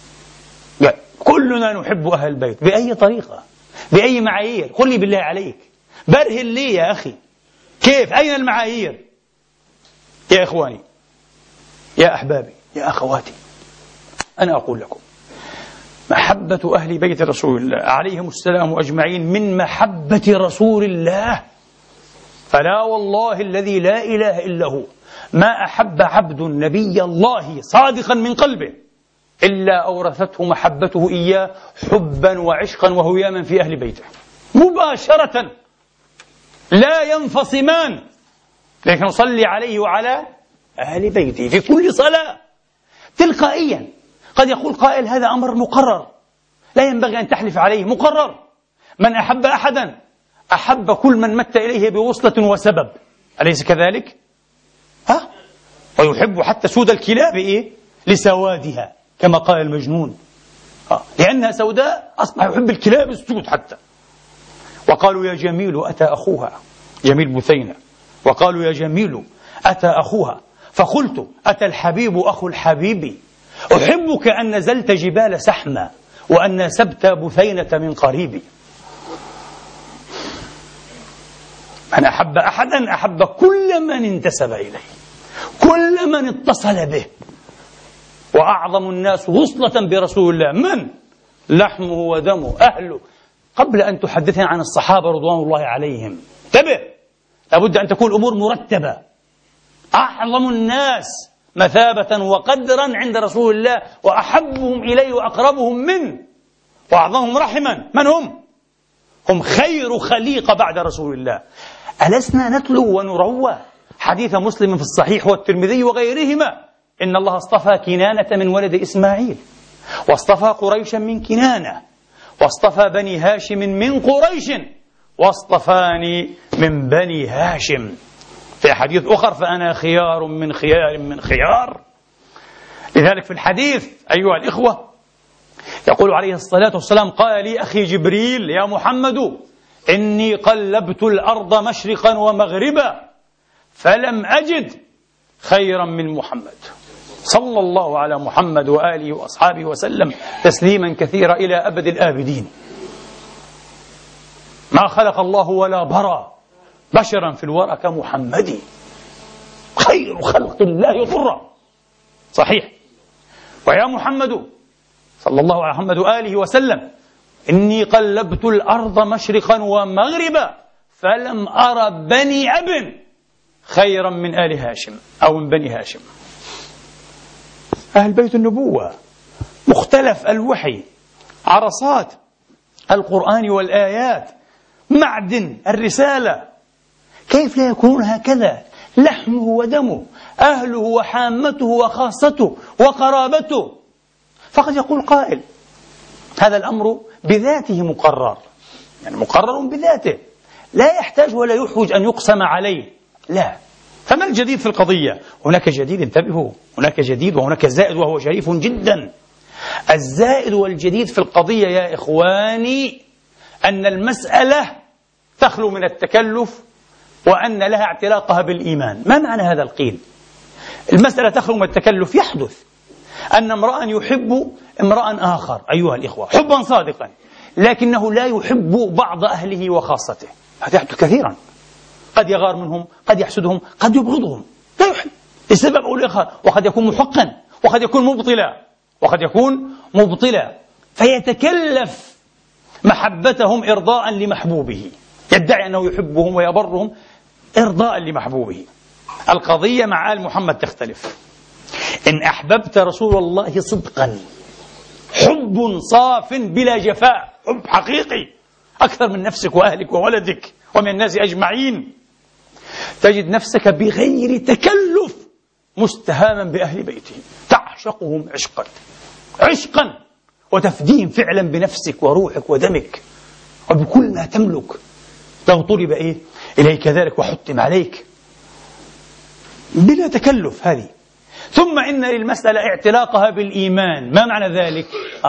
كلنا نحب أهل البيت. بأي طريقة؟ بأي معايير؟ قل لي بالله عليك، برهن لي يا أخي، كيف؟ أين المعايير؟ يا إخواني، يا أحبابي، يا أخواتي، أنا أقول لكم: محبة أهل بيت رسول الله عليهم السلام أجمعين من محبة رسول الله. فلا والله الذي لا إله إلا هو ما أحب عبد نبي الله صادقا من قلبه إلا أورثته محبته إياه حبا وعشقا وهياما في أهل بيته مباشرة، لا ينفصمان، لكن نصلي عليه وعلى أهل بيته في كل صلاة تلقائيا. قد يقول قائل هذا أمر مقرر لا ينبغي أن تحلف عليه، مقرر. من أحب أحدا أحب كل من مت إليه بوصلة وسبب، أليس كذلك؟ ويحب حتى سود الكلاب لسوادها كما قال المجنون، لأنها سوداء أصبح يحب الكلاب السود حتى. وقالوا يا جميل أتى أخوها، جميل بثينة، وقالوا يا جميل أتى أخوها، فقلت أتى الحبيب أخو الحبيب، أحبك أن نزلت جبال سحمة وأن سبت بثينة من قريبي. من أحب أحدا أحب كل من انتسب إليه، كل من اتصل به. وأعظم الناس وصلة برسول الله من؟ لحمه ودمه أهله. قبل أن تحدثنا عن الصحابة رضوان الله عليهم انتبه، لابد أن تكون الأمور مرتبة. أعظم الناس مثابة وقدرا عند رسول الله وأحبهم إليه وأقربهم منه وأعظمهم رحما من هم؟ هم خير خليقة بعد رسول الله. ألسنا نتلو ونروى حديث مسلم في الصحيح والترمذي وغيرهما إن الله اصطفى كنانة من ولد إسماعيل، واصطفى قريشا من كنانة، واصطفى بني هاشم من قريش، واصطفاني من بني هاشم. في حديث أخر فأنا خيار من خيار من خيار. لذلك في الحديث أيها الإخوة يقول عليه الصلاة والسلام قال لي أخي جبريل يا محمد إني قلبت الأرض مشرقا ومغربا فلم أجد خيرا من محمد صلى الله على محمد وآله وأصحابه وسلم تسليما كثيرا إلى أبد الآبدين. ما خلق الله ولا برى بشرا في الورى كمحمد، خير خلق الله ضرا. صحيح. ويا محمد صلى الله على محمد وآله وسلم إني قلبت الأرض مشرقا ومغربا فلم أرى بني أب خيرا من آل هاشم أو من بني هاشم. أهل بيت النبوة، مختلف الوحي، عرصات القرآن والآيات، معدن الرسالة، كيف لا يكونون هكذا؟ لحمه ودمه، أهله وحامته وخاصته وقرابته. فقد يقول قائل هذا الأمر بذاته مقرر، يعني مقرر بذاته لا يحتاج ولا يحوج أن يقسم عليه. لا، فما الجديد في القضية؟ هناك جديد، انتبهوا، هناك جديد وهناك زائد وهو شريف جدا. الزائد والجديد في القضية يا إخواني أن المسألة تخلو من التكلف وأن لها اعتلاقها بالإيمان. ما معنى هذا القيل؟ المسألة تخلو من التكلف. يحدث أن امرأ يحب امرأ آخر أيها الإخوة حبا صادقا، لكنه لا يحب بعض أهله وخاصته. هذا يحدث كثيرا، قد يغار منهم، قد يحسدهم، قد يبغضهم، لا يحب لسبب أو لآخر، وقد يكون محقا وقد يكون مبطلا فيتكلف محبتهم إرضاء لمحبوبه، يدعي أنه يحبهم ويبرهم إرضاء لمحبوبه. القضية مع آل محمد تختلف. إن أحببت رسول الله صدقا حب صاف بلا جفاء، حب حقيقي أكثر من نفسك وأهلك وولدك ومن الناس أجمعين، تجد نفسك بغير تكلف مستهاما بأهل بيته، تعشقهم عشقا وتفديهم فعلا بنفسك وروحك ودمك وبكل ما تملك، لو طلب إليك ذلك وحتم عليك بلا تكلف. هذه. ثم إن للمسألة اعتلاقها بالإيمان. ما معنى ذلك؟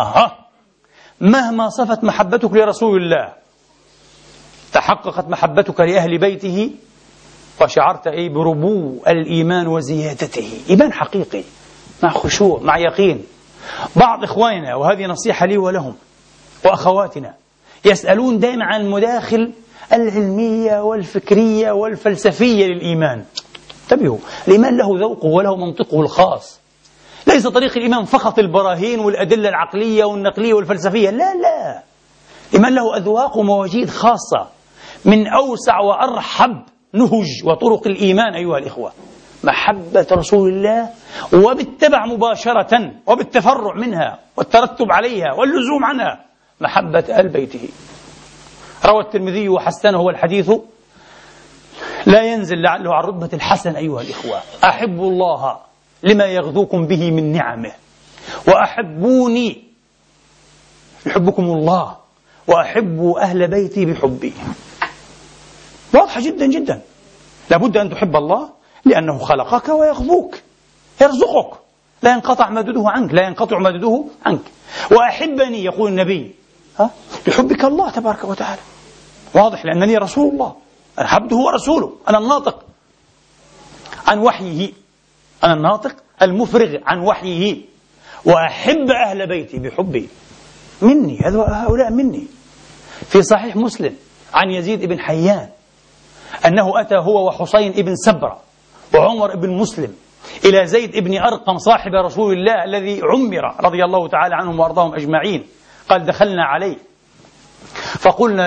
مهما صفت محبتك لرسول الله تحققت محبتك لأهل بيته وشعرت بربو الإيمان وزيادته، إيمان حقيقي مع خشوع مع يقين. بعض إخواننا، وهذه نصيحة لي ولهم وأخواتنا، يسألون دائما عن المداخل العلمية والفكرية والفلسفية للإيمان. انتبهوا، الإيمان له ذوقه وله منطقه الخاص، ليس طريق الإيمان فقط البراهين والأدلة العقلية والنقلية والفلسفية، لا، الإيمان له أذواق ومواجيد خاصة. من أوسع وأرحب نهج وطرق الإيمان أيها الإخوة محبة رسول الله وبالتبع مباشرة وبالتفرع منها والترتب عليها واللزوم عنها محبة آل بيته. روى الترمذي وحسنه والحديث لا ينزل لعله عن رتبة الحسن. أيها الإخوة، أحبوا الله لما يغذوكم به من نعمه، وأحبوني يحبكم الله، وأحبوا أهل بيتي بحبي. واضحة جدا جدا. لابد أن تحب الله لأنه خلقك ويغذوك يرزقك، لا ينقطع مدده عنك، لا ينقطع مدده عنك. وأحبني يقول النبي بحبك الله تبارك وتعالى. واضح، لأنني رسول الله، أنا عبده ورسوله، أنا الناطق عن وحيه، أنا الناطق المفرغ عن وحيه. وأحب أهل بيتي بحبي مني، هؤلاء مني. في صحيح مسلم عن يزيد بن حيان أنه أتى هو وحسين بن سبرة وعمر بن مسلم إلى زيد بن أرقم صاحب رسول الله الذي عمر رضي الله تعالى عنهم وأرضاهم أجمعين. قال دخلنا عليه فقلنا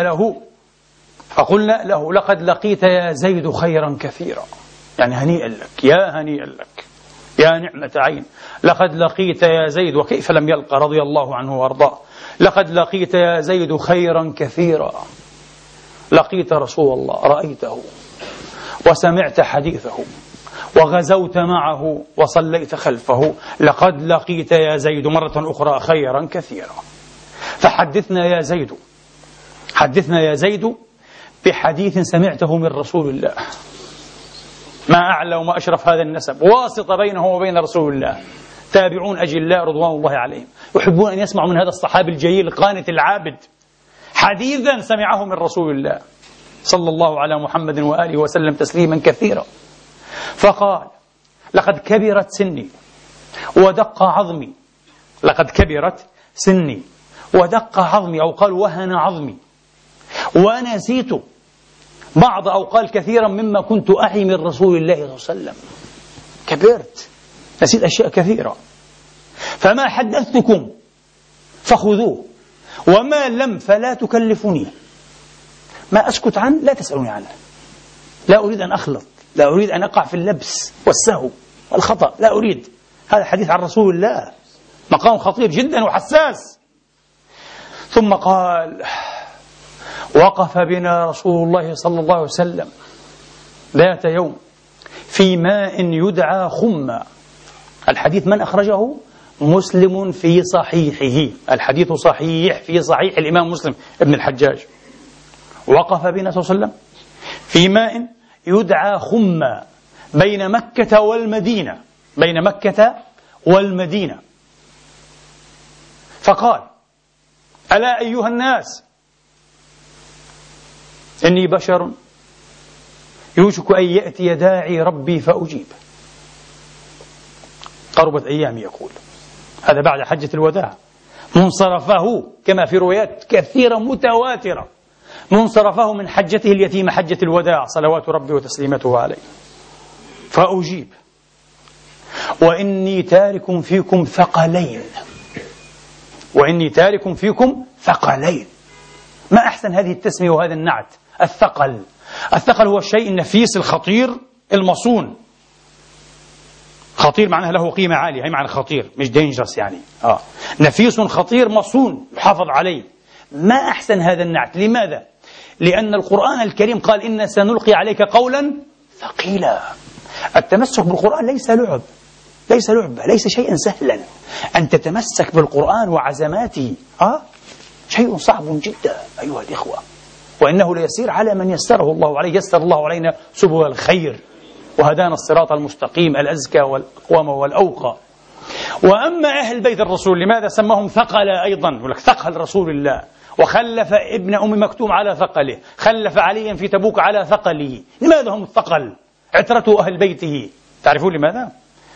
له لقد لقيت يا زيد خيرا كثيرا، يعني هنيئا لك، يا هنيئا لك، يا نعمة عين. لقد لقيت يا زيد، وكيف لم يلقى رضي الله عنه وأرضاه. لقد لقيت يا زيد خيرا كثيرا، لقيت رسول الله، رأيته وسمعت حديثه وغزوت معه وصليت خلفه. لقد لقيت يا زيد مرة أخرى خيرا كثيرا. فحدثنا يا زيد، حدثنا يا زيد بحديث سمعته من رسول الله. ما أعلى وما أشرف هذا النسب، واسطة بينه وبين رسول الله. تابعون أجلاء رضوان الله عليهم يحبون أن يسمعوا من هذا الصحابي الجليل القانت العابد حديثا سمعه من رسول الله صلى الله على محمد وآله وسلم تسليما كثيرا. فقال لقد كبرت سني ودق عظمي، لقد كبرت سني ودق عظمي، أو قال وهن عظمي، ونسيت بعض أو قال كثيرا مما كنت أعي من رسول الله صلى الله عليه وسلم. كبرت، نسيت أشياء كثيرة. فما حدثتكم فخذوه، وما لم فلا تكلفني. ما أسكت عنه لا تسألوني عنه. لا أريد أن أخلط، لا أريد أن أقع في اللبس والسهو والخطأ، لا أريد. هذا حديث عن رسول الله، مقام خطير جدا وحساس. ثم قال وقف بنا رسول الله صلى الله عليه وسلم ذات يوم في ماء يدعى خمّا. الحديث من أخرجه؟ مسلم في صحيحه، الحديث صحيح في صحيح الإمام مسلم ابن الحجاج. وقف بنا صلى الله عليه وسلم في ماء يدعى خمّا بين مكة والمدينة، بين مكة والمدينة. فقال ألا أيها الناس إني بشر يوشك أن يأتي داعي ربي فأجيب. قربت أيام يقول، هذا بعد حجة الوداع، منصرفه كما في روايات كثيرة متواترة، منصرفه من حجته اليتيمة حجة الوداع صلوات ربي وتسليمته عليه. فأجيب وإني تارك فيكم ثقلين، وإني تارك فيكم ثقلين. ما أحسن هذه التسمية وهذا النعت، الثقل. الثقل هو الشيء النفيس الخطير المصون. خطير معناه له قيمة عالية، هي معنى خطير مش دينجرس يعني. نفيس خطير مصون يحافظ عليه. ما أحسن هذا النعت. لماذا؟ لأن القرآن الكريم قال إن سنلقي عليك قولا ثقيلا. التمسك بالقرآن ليس لعب، ليس لعبة، ليس شيئا سهلا. أن تتمسك بالقرآن وعزماته شيء صعب جدا أيها الإخوة، وإنه ليسير على من يسره الله عليه. يسر الله علينا سبل الخير وهدانا الصراط المستقيم الأزكى والأقوم والأوقى. وأما أهل بيت الرسول لماذا سمهم ثقل أيضا؟ يقول لك ثقل رسول الله، وخلف ابن أم مكتوم على ثقله، خلف عليا في تبوك على ثقله. لماذا هم الثقل؟ عترته أهل بيته. تعرفون لماذا؟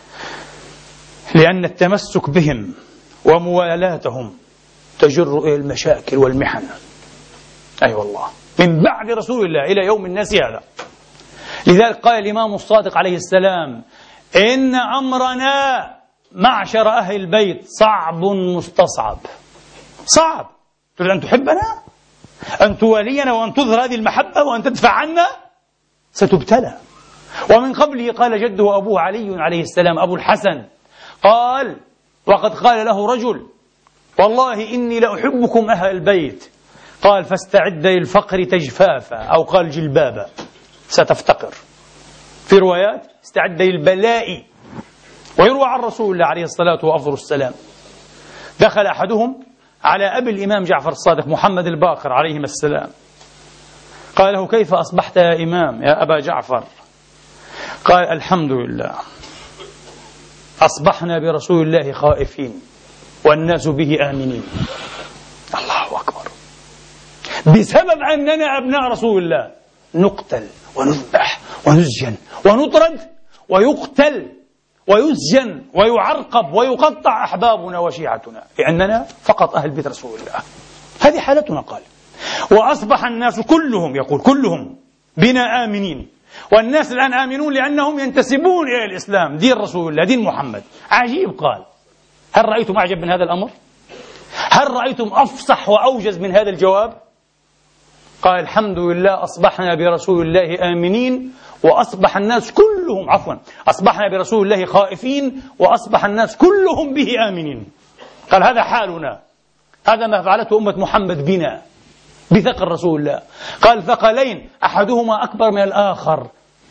لأن التمسك بهم وموالاتهم تجر إلى المشاكل والمحن. أي والله، من بعد رسول الله إلى يوم الناس هذا. لذلك قال الإمام الصادق عليه السلام إن أمرنا معشر أهل البيت صعب مستصعب. صعب. تريد أن تحبنا، أن توالينا، وأن تظهر هذه المحبة، وأن تدفع عنا، ستبتلى. ومن قبله قال جده أبوه علي عليه السلام أبو الحسن، قال وقد قال له رجل والله إني لأحبكم أهل البيت، قال فاستعد للفقر تجفافا، أو قال جلبابا ستفتقر. في روايات استعد للبلاء. ويروى عن رسول الله عليه الصلاة وأفضل السلام دخل أحدهم على أبي الإمام جعفر الصادق محمد الباقر عليهما السلام، قال له كيف أصبحت يا إمام يا أبا جعفر؟ قال الحمد لله، أصبحنا برسول الله خائفين والناس به آمنين. الله أكبر. بسبب أننا أبناء رسول الله نقتل ونذبح ونسجن ونطرد ويقتل ويسجن ويعرقب ويقطع أحبابنا وشيعتنا لأننا فقط أهل بيت رسول الله. هذه حالتنا. قال وأصبح الناس كلهم، يقول كلهم، بنا آمنين. والناس الآن آمنون لأنهم ينتسبون إلى الإسلام، دين رسول الله، دين محمد. عجيب. قال هل رأيتم أعجب من هذا الأمر؟ هل رأيتم أفصح وأوجز من هذا الجواب؟ قال الحمد لله أصبحنا برسول الله آمنين وأصبح الناس كلهم، عفوا، أصبحنا برسول الله خائفين وأصبح الناس كلهم به آمنين. قال هذا حالنا، هذا ما فعلته أمة محمد بنا بثقل رسول الله. قال ثقلين أحدهما أكبر من الآخر،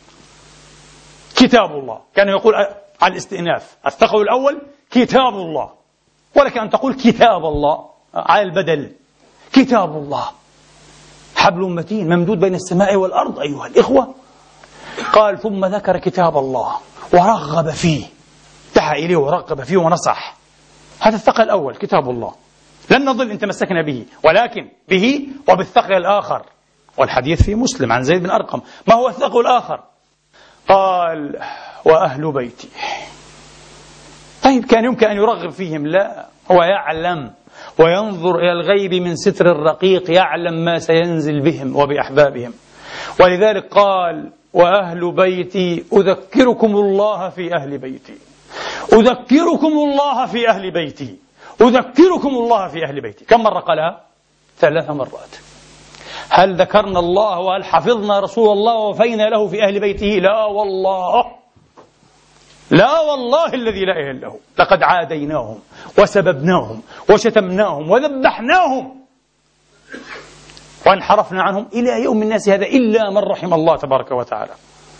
كتاب الله. كان يقول على الاستئناف الثقل الأول كتاب الله، ولك أن تقول كتاب الله على البدل. كتاب الله حبل متين ممدود بين السماء والأرض أيها الإخوة. قال ثم ذكر كتاب الله ورغب فيه، دعا إليه ورغب فيه ونصح. هذا الثقل الأول كتاب الله، لن نضل إن تمسكنا به، ولكن به وبالثقل الآخر. والحديث في مسلم عن زيد بن أرقم. ما هو الثقل الآخر؟ قال وأهل بيتي. طيب كان يمكن أن يرغب فيهم؟ لا، هو يعلم وينظر إلى الغيب من ستر الرقيق، يعلم ما سينزل بهم وبأحبابهم. ولذلك قال وأهل بيتي أذكركم الله في أهل بيتي، أذكركم الله في أهل بيتي، أذكركم الله في أهل بيتي. كم مرة قالها؟ 3 مرات. هل ذكرنا الله وهل حفظنا رسول الله ووفينا له في أهل بيته؟ لا والله، لا والله الذي لا إله إلا هو. لقد عاديناهم وسببناهم وشتمناهم وذبحناهم وانحرفنا عنهم إلى يوم الناس هذا إلا من رحم الله تبارك وتعالى.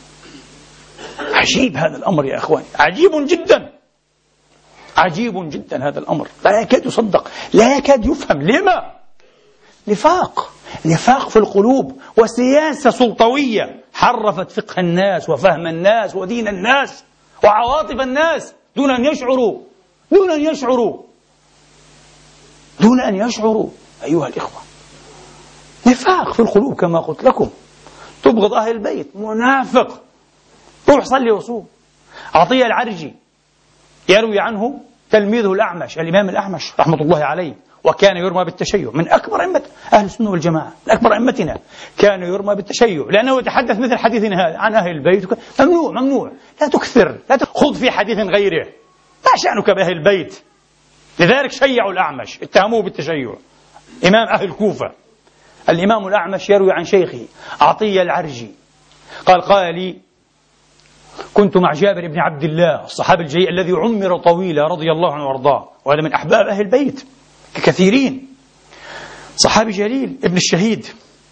عجيب هذا الأمر يا أخواني، عجيب جدا، عجيب جدا هذا الأمر، لا يكاد يصدق، لا يكاد يفهم. لما؟ نفاق، نفاق في القلوب وسياسة سلطوية حرفت فقه الناس وفهم الناس ودين الناس وعواطف الناس دون أن يشعروا، دون أن يشعروا، دون أن يشعروا أيها الإخوة. نفاق في القلوب كما قلت لكم. تبغض أهل البيت، منافق. روح صلي وصوم. عطية العرجي يروي عنه تلميذه الأعمش، الإمام الأعمش رحمة الله عليه، وكان يرمى بالتشيع، من أكبر أئمة أهل السنة والجماعة، من أكبر أئمتنا، كان يرمى بالتشيع لأنه يتحدث مثل حديثنا هذا عن أهل البيت. ممنوع، ممنوع، لا تكثر، لا تخوض في حديث غيره، ما شأنك بأهل البيت. لذلك شيعوا الأعمش، اتهموه بالتشيع، إمام أهل الكوفة. الإمام الأعمش يروي عن شيخه عطية العرجي قال لي كنت مع جابر بن عبد الله الصحابي الجليل الذي عمر طويلا رضي الله عنه وارضاه، وهذا من أحباب أهل البيت كثيرين، صحابي جليل ابن الشهيد.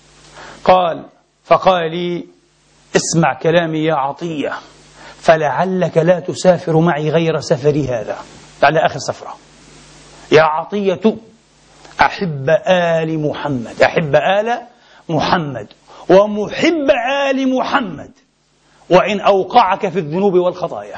فقال لي اسمع كلامي يا عطية، فلعلك لا تسافر معي غير سفري هذا، على آخر سفرة. يا عطية أحب آل محمد، أحب آل محمد ومحب آل محمد، وإن أوقعك في الذنوب والخطايا،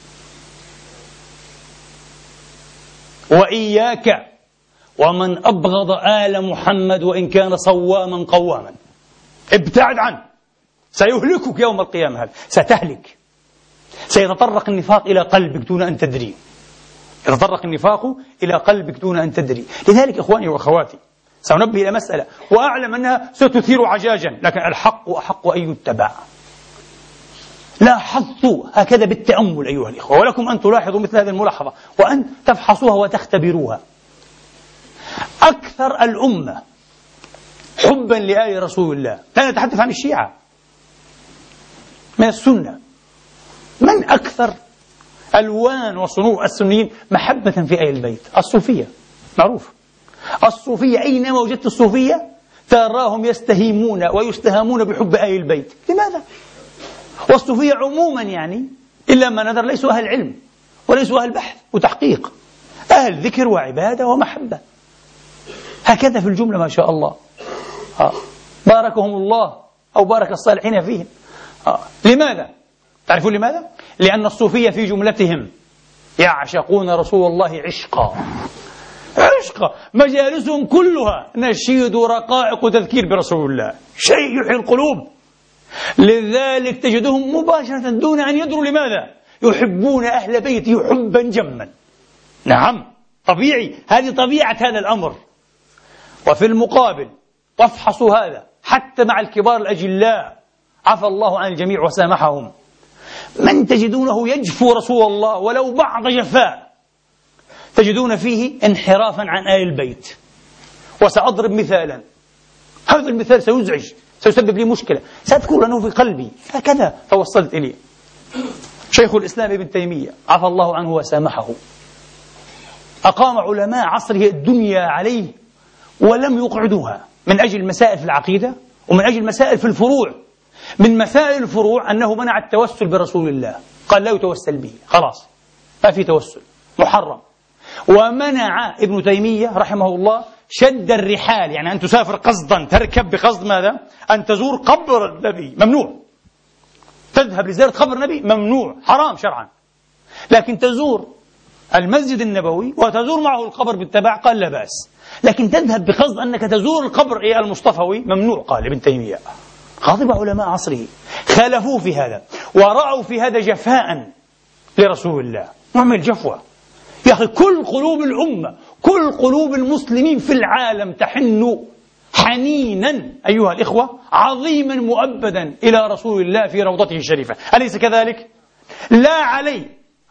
وإياك ومن أبغض آل محمد وإن كان صواما قواما، ابتعد عنه، سيهلكك يوم القيامة، هذا ستهلك، سيتطرق النفاق إلى قلبك دون أن تدري، يتطرق النفاق إلى قلبك دون أن تدري. لذلك إخواني وأخواتي سأنبه إلى مسألة وأعلم أنها ستثير عجاجا، لكن الحق أحق أن يتبع. لاحظت هكذا بالتأمل أيها الإخوة، ولكم أن تلاحظوا مثل هذه الملاحظة وأن تفحصوها وتختبروها. أكثر الأمة حبا لآل رسول الله، لا نتحدث عن الشيعة، من السنة. من أكثر ألوان وصنوع السنيين محبة في أهل البيت؟ الصوفية، معروف. الصوفية أينما وجدت الصوفية تراهم يستهيمون ويستهامون بحب أهل البيت. لماذا؟ والصوفية عموما يعني إلا ما نذر ليسوا أهل علم وليسوا أهل بحث وتحقيق، أهل ذكر وعبادة ومحبة، هكذا في الجملة ما شاء الله. باركهم الله أو بارك الصالحين فيهم. لماذا؟ تعرفون لماذا؟ لأن الصوفية في جملتهم يعشقون رسول الله عشقا، مجالسهم كلها نشيد ورقائق وتذكير برسول الله، شيء يحيي القلوب. لذلك تجدهم مباشرة دون أن يدروا لماذا يحبون أهل بيته حبا جما. نعم، طبيعي، هذه طبيعة هذا الأمر. وفي المقابل وافحصوا هذا حتى مع الكبار الأجلاء، عفى الله عن الجميع وسامحهم، من تجدونه يجفو رسول الله ولو بعض جفاء تجدون فيه انحرافا عن آل البيت. وسأضرب مثالا، هذا المثال سيزعج، سيسبب لي مشكلة، سأذكر أنه في قلبي هكذا توصلت إليه. شيخ الإسلام ابن تيمية عفى الله عنه وسامحه أقام علماء عصره الدنيا عليه ولم يقعدوها من أجل مسائل في العقيدة ومن أجل مسائل في الفروع. من مسائل الفروع أنه منع التوسل برسول الله، قال لا يتوسل به، خلاص ما في توسل، محرم. ومنع ابن تيمية رحمه الله شد الرحال، يعني أن تسافر قصدا، تركب بقصد ماذا؟ أن تزور قبر النبي، ممنوع. تذهب لزيارة قبر النبي ممنوع، حرام شرعا. لكن تزور المسجد النبوي وتزور معه القبر بالتبع قال لا بأس. لكن تذهب بقصد أنك تزور القبر المصطفوي ممنوع، قال ابن تيمية. غضب علماء عصره، خالفوه في هذا ورأوا في هذا جفاء لرسول الله، نعمل جفوة. يا أخي كل قلوب الأمة، كل قلوب المسلمين في العالم تحن حنينا أيها الإخوة عظيما مؤبدا إلى رسول الله في روضته الشريفة، أليس كذلك؟ لا علي،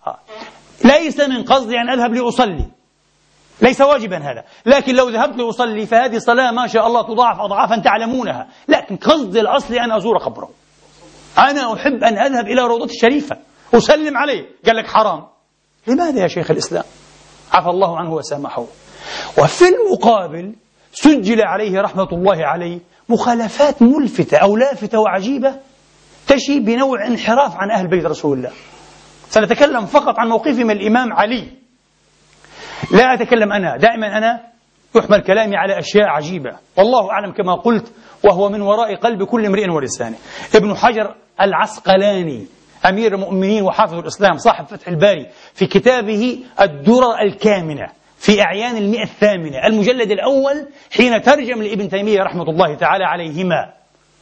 ليس من قصدي أن أذهب لأصلي، ليس واجبا هذا، لكن لو ذهبت لأصلي فهذه صلاة ما شاء الله تضاعف أضعافا تعلمونها، لكن قصدي الأصلي أن أزور قبره. أنا أحب أن أذهب إلى روضته الشريفة أسلم عليه، قال لك حرام. لماذا يا شيخ الإسلام؟ عفى الله عنه وسامحه. وفي المقابل سجل عليه رحمة الله عليه مخالفات ملفتة أو لافتة وعجيبة تشي بنوع انحراف عن أهل بيت رسول الله. سنتكلم فقط عن موقفي من الإمام علي، لا أتكلم أنا، دائما أنا يحمل كلامي على أشياء عجيبة والله أعلم كما قلت، وهو من وراء قلب كل امرئ ولسانه. ابن حجر العسقلاني أمير المؤمنين وحافظ الإسلام صاحب فتح الباري في كتابه الدرر الكامنة في أعيان 108 المجلد الأول حين ترجم لابن تيمية رحمة الله تعالى عليهما،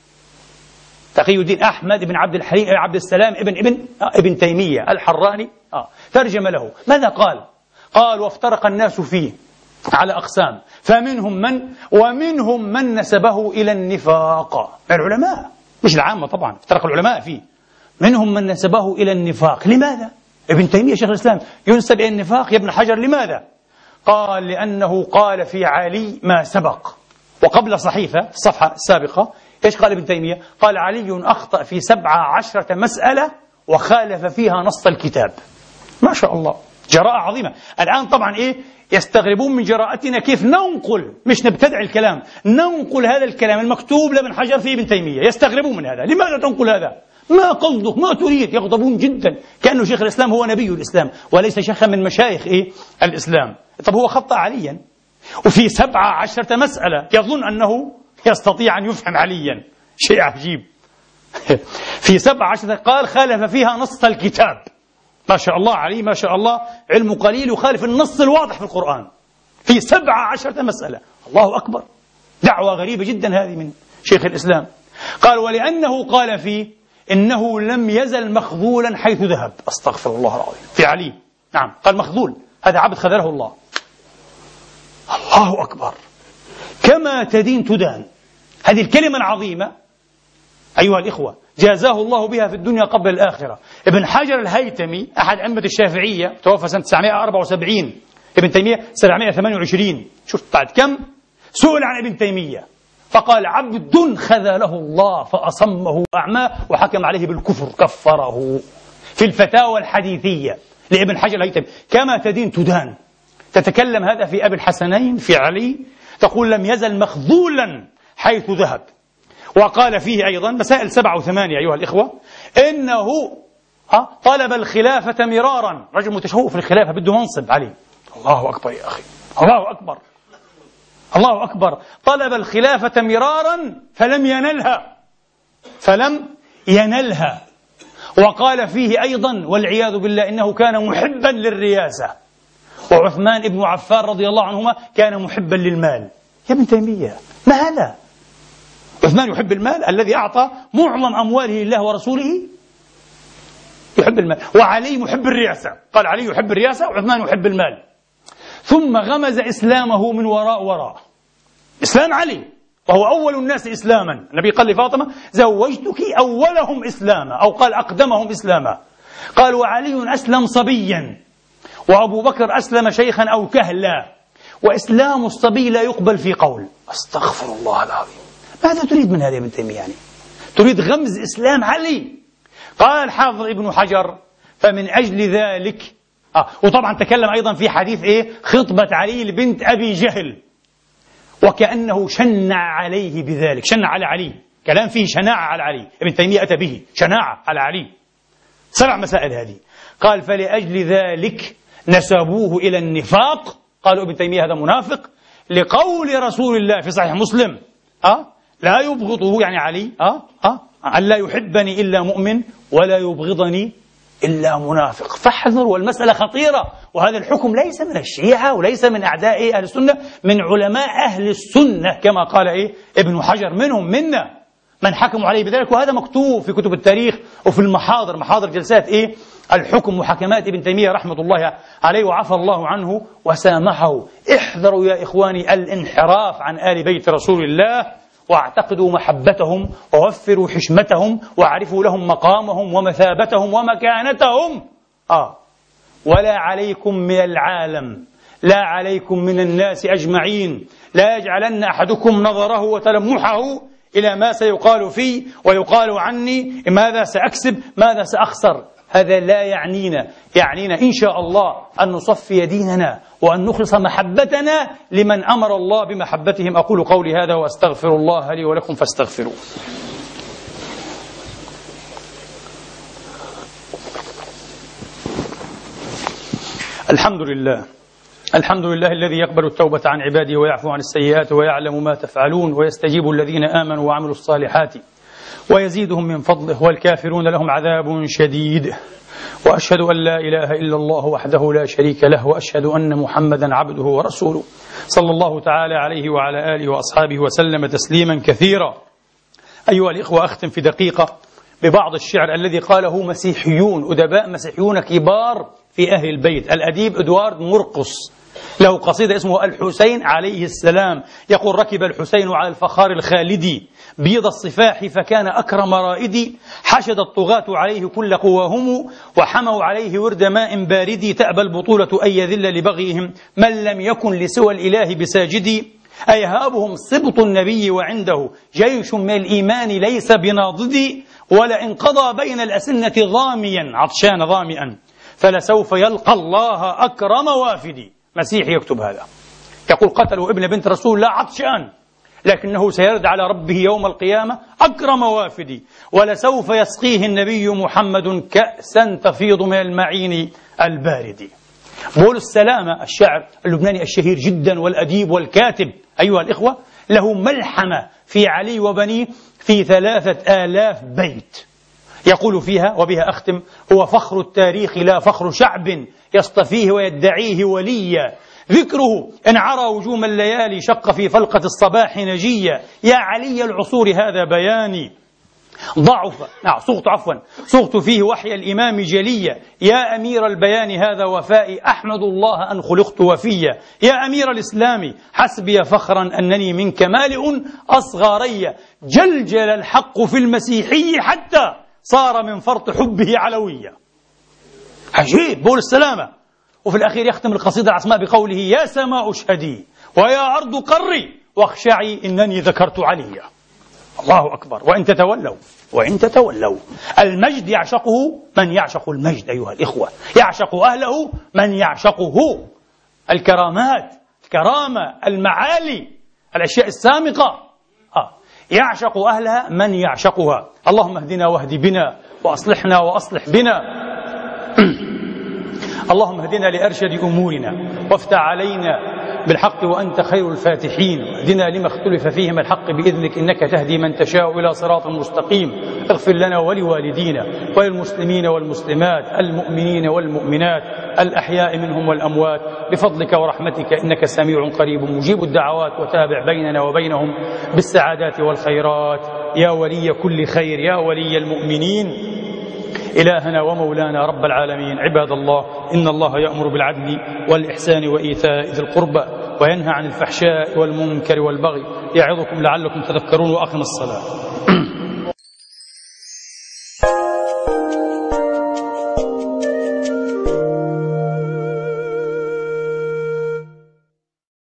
تقي الدين أحمد بن عبد الحليم عبد السلام ابن تيمية الحراني ترجم له. ماذا قال؟ قال وافترق الناس فيه على أقسام، ومنهم من نسبه إلى النفاق، العلماء مش العامة طبعا، افترق العلماء فيه، منهم من نسبه إلى النفاق. لماذا؟ ابن تيمية شيخ الإسلام ينسب إلى النفاق يا ابن حجر، لماذا؟ قال لأنه قال في علي ما سبق. وقبل صحيفة الصفحة السابقة إيش قال ابن تيمية؟ قال علي أخطأ في 17 مسألة وخالف فيها نص الكتاب. ما شاء الله، جراءة عظيمة. الآن طبعا يستغربون من جراءتنا كيف ننقل، مش نبتدع الكلام، ننقل هذا الكلام المكتوب لابن حجر في ابن تيمية. يستغربون من هذا، لماذا تنقل هذا؟ ما قصدك؟ ما تريد؟ يغضبون جدا، كأنه شيخ الإسلام هو نبي الإسلام وليس شيخا من مشايخ الإسلام. طب هو خطأ عليا وفي 17 مسألة يظن أنه يستطيع أن يفهم عليا، شيء عجيب. في 17 قال خالف فيها نص الكتاب. ما شاء الله عليه، ما شاء الله، علم قليل يخالف النص الواضح في القرآن في 17 مسألة. الله أكبر، دعوة غريبة جدا هذه من شيخ الإسلام. قال ولأنه قال فيه إنه لم يزل مخذولا حيث ذهب. أستغفر الله العظيم. في علي، نعم، قال مخذول، هذا عبد خذله الله. الله أكبر، كما تدين تدان. هذه الكلمة العظيمة أيها الإخوة جازاه الله بها في الدنيا قبل الآخرة. ابن حجر الهيتمي أحد أئمة الشافعية توفى سنة 974، ابن تيمية 728. شوف بعد كم سئل عن ابن تيمية فقال عبد خذله الله فأصمه وأعماه وحكم عليه بالكفر كفره. في الفتاوى الحديثية لابن حجر الهيثمي كما تدين تدان. تتكلم هذا في أبي الحسنين في علي، تقول لم يزل مخذولا حيث ذهب. وقال فيه أيضا مسائل 7 و8 أيها الإخوة إنه طلب الخلافة مرارا، رجل متشوق في الخلافة بده منصب علي. الله أكبر يا أخي، الله أكبر، الله أكبر. طلب الخلافة مرارا فلم ينلها. وقال فيه أيضا والعياذ بالله إنه كان محبا للرياسة. وعثمان بن عفان رضي الله عنهما كان محبا للمال. يا ابن تيمية ما هذا؟ عثمان يحب المال الذي أعطى معظم أمواله لله ورسوله، يحب المال. وعلي محب الرياسة، قال علي يحب الرياسة وعثمان يحب المال. ثم غمز إسلامه من وراء إسلام علي وهو أول الناس إسلاما. النبي قال لفاطمة زوجتك أولهم إسلاما، أو قال أقدمهم إسلاما. قال وعلي أسلم صبيا وأبو بكر أسلم شيخا أو كهلا، وإسلام الصبي لا يقبل في قول. أستغفر الله العظيم. ماذا تريد من هذا يا ابن تيمية؟ يعني تريد غمز إسلام علي. قال الحافظ ابن حجر فمن أجل ذلك وطبعا تكلم أيضا في حديث خطبة علي لبنت أبي جهل، وكأنه شنع عليه بذلك، شنع على علي، كلام فيه شناعة على علي. ابن تيمية أتى به شناعة على علي. 7 مسائل هذه. قال فلأجل ذلك نسبوه إلى النفاق. قالوا ابن تيمية هذا منافق لقول رسول الله في صحيح مسلم لا يبغضه يعني علي أن لا يحبني إلا مؤمن ولا يبغضني إلا منافق. فاحذر، والمسألة خطيرة. وهذا الحكم ليس من الشيعة وليس من أعداء أهل السنة، من علماء أهل السنة كما قال ابن حجر، منهم منا من حكموا عليه بذلك. وهذا مكتوب في كتب التاريخ وفي المحاضر، محاضر جلسات الحكم وحكمات ابن تيمية رحمة الله عليه وعفى الله عنه وسامحه. احذروا يا إخواني الانحراف عن آل بيت رسول الله، واعتقدوا محبتهم ووفروا حشمتهم واعرفوا لهم مقامهم ومثابتهم ومكانتهم. ولا عليكم من العالم، لا عليكم من الناس أجمعين، لا يجعلن أحدكم نظره وتلمحه إلى ما سيقال فيه ويقال عني، ماذا سأكسب ماذا سأخسر. هذا لا يعنينا إن شاء الله أن نصفي ديننا وأن نخلص محبتنا لمن أمر الله بمحبتهم. أقول قولي هذا وأستغفر الله لي ولكم فاستغفروه. الحمد لله الذي يقبل التوبة عن عباده ويعفو عن السيئات ويعلم ما تفعلون ويستجيب الذين آمنوا وعملوا الصالحات ويزيدهم من فضله، والكافرون لهم عذاب شديد. وأشهد أن لا إله إلا الله وحده لا شريك له، وأشهد أن محمدا عبده ورسوله صلى الله تعالى عليه وعلى آله وأصحابه وسلم تسليما كثيرا. أيها الإخوة، أختم في دقيقة ببعض الشعر الذي قاله مسيحيون أدباء مسيحيون كبار في أهل البيت. الأديب إدوارد مرقس له قصيدة اسمه الحسين عليه السلام، يقول ركب الحسين على الفخار الخالدي بيض الصفاح فكان أكرم رائدي، حشد الطغاة عليه كل قواهم وحموا عليه ورد ماء باردي، تأبى البطولة أن يذل لبغيهم من لم يكن لسوى الإله بساجدي، أيهابهم سبط النبي وعنده جيش من الإيمان ليس بناضدي، ولئن قضى بين الأسنة ضاميا عطشان ظامئا فلسوف يلقى الله أكرم وافدي. مسيحي يكتب هذا، يقول قتلوا ابن بنت رسول الله عطشان، لكنه سيرد على ربه يوم القيامة أكرم وافدي، ولسوف يسقيه النبي محمد كأسا تفيض من المعين البارد. بولس سلامة الشاعر اللبناني الشهير جدا والأديب والكاتب أيها الإخوة له ملحمة في علي وبنيه في 3000 بيت، يقول فيها وبها أختم: هو فخر التاريخ لا فخر شعب يصطفيه ويدعيه وليا، ذكره إن عرى وجوم الليالي شق في فلقة الصباح نجيا، يا علي العصور هذا بياني صغت فيه وحي الإمام جليا، يا أمير البيان هذا وفائي أحمد الله أن خلقت وفيا، يا أمير الإسلام حسبي فخرا أنني منك مالئ أصغاري، جلجل الحق في المسيحي حتى صار من فرط حبه علويا. عجيب بول السلامة. وفي الأخير يختم القصيدة العصماء بقوله: يا سماء اشهدي ويا أرض قري واخشعي إنني ذكرت علي. الله أكبر. وإن تتولوا المجد يعشقه من يعشق المجد أيها الإخوة، يعشق أهله من يعشقه. الكرامات، الكرامة، المعالي، الأشياء السامقة يعشق أهلها من يعشقها. اللهم اهدنا واهد بنا وأصلحنا وأصلح بنا. اللهم اهدنا لأرشد أمورنا وافتح علينا بالحق وأنت خير الفاتحين، واهدنا لما اختلف فيه من الحق بإذنك إنك تهدي من تشاء إلى صراط مستقيم. اغفر لنا ولوالدينا وللمسلمين والمسلمات المؤمنين والمؤمنات الأحياء منهم والأموات بفضلك ورحمتك إنك سميع قريب مجيب الدعوات، وتابع بيننا وبينهم بالسعادات والخيرات يا ولي كل خير يا ولي المؤمنين. إلهنا ومولانا رب العالمين. عباد الله، إن الله يأمر بالعدل والإحسان وإيتاء ذي القربى وينهى عن الفحشاء والمنكر والبغي يعظكم لعلكم تذكرون. وأقم الصلاة.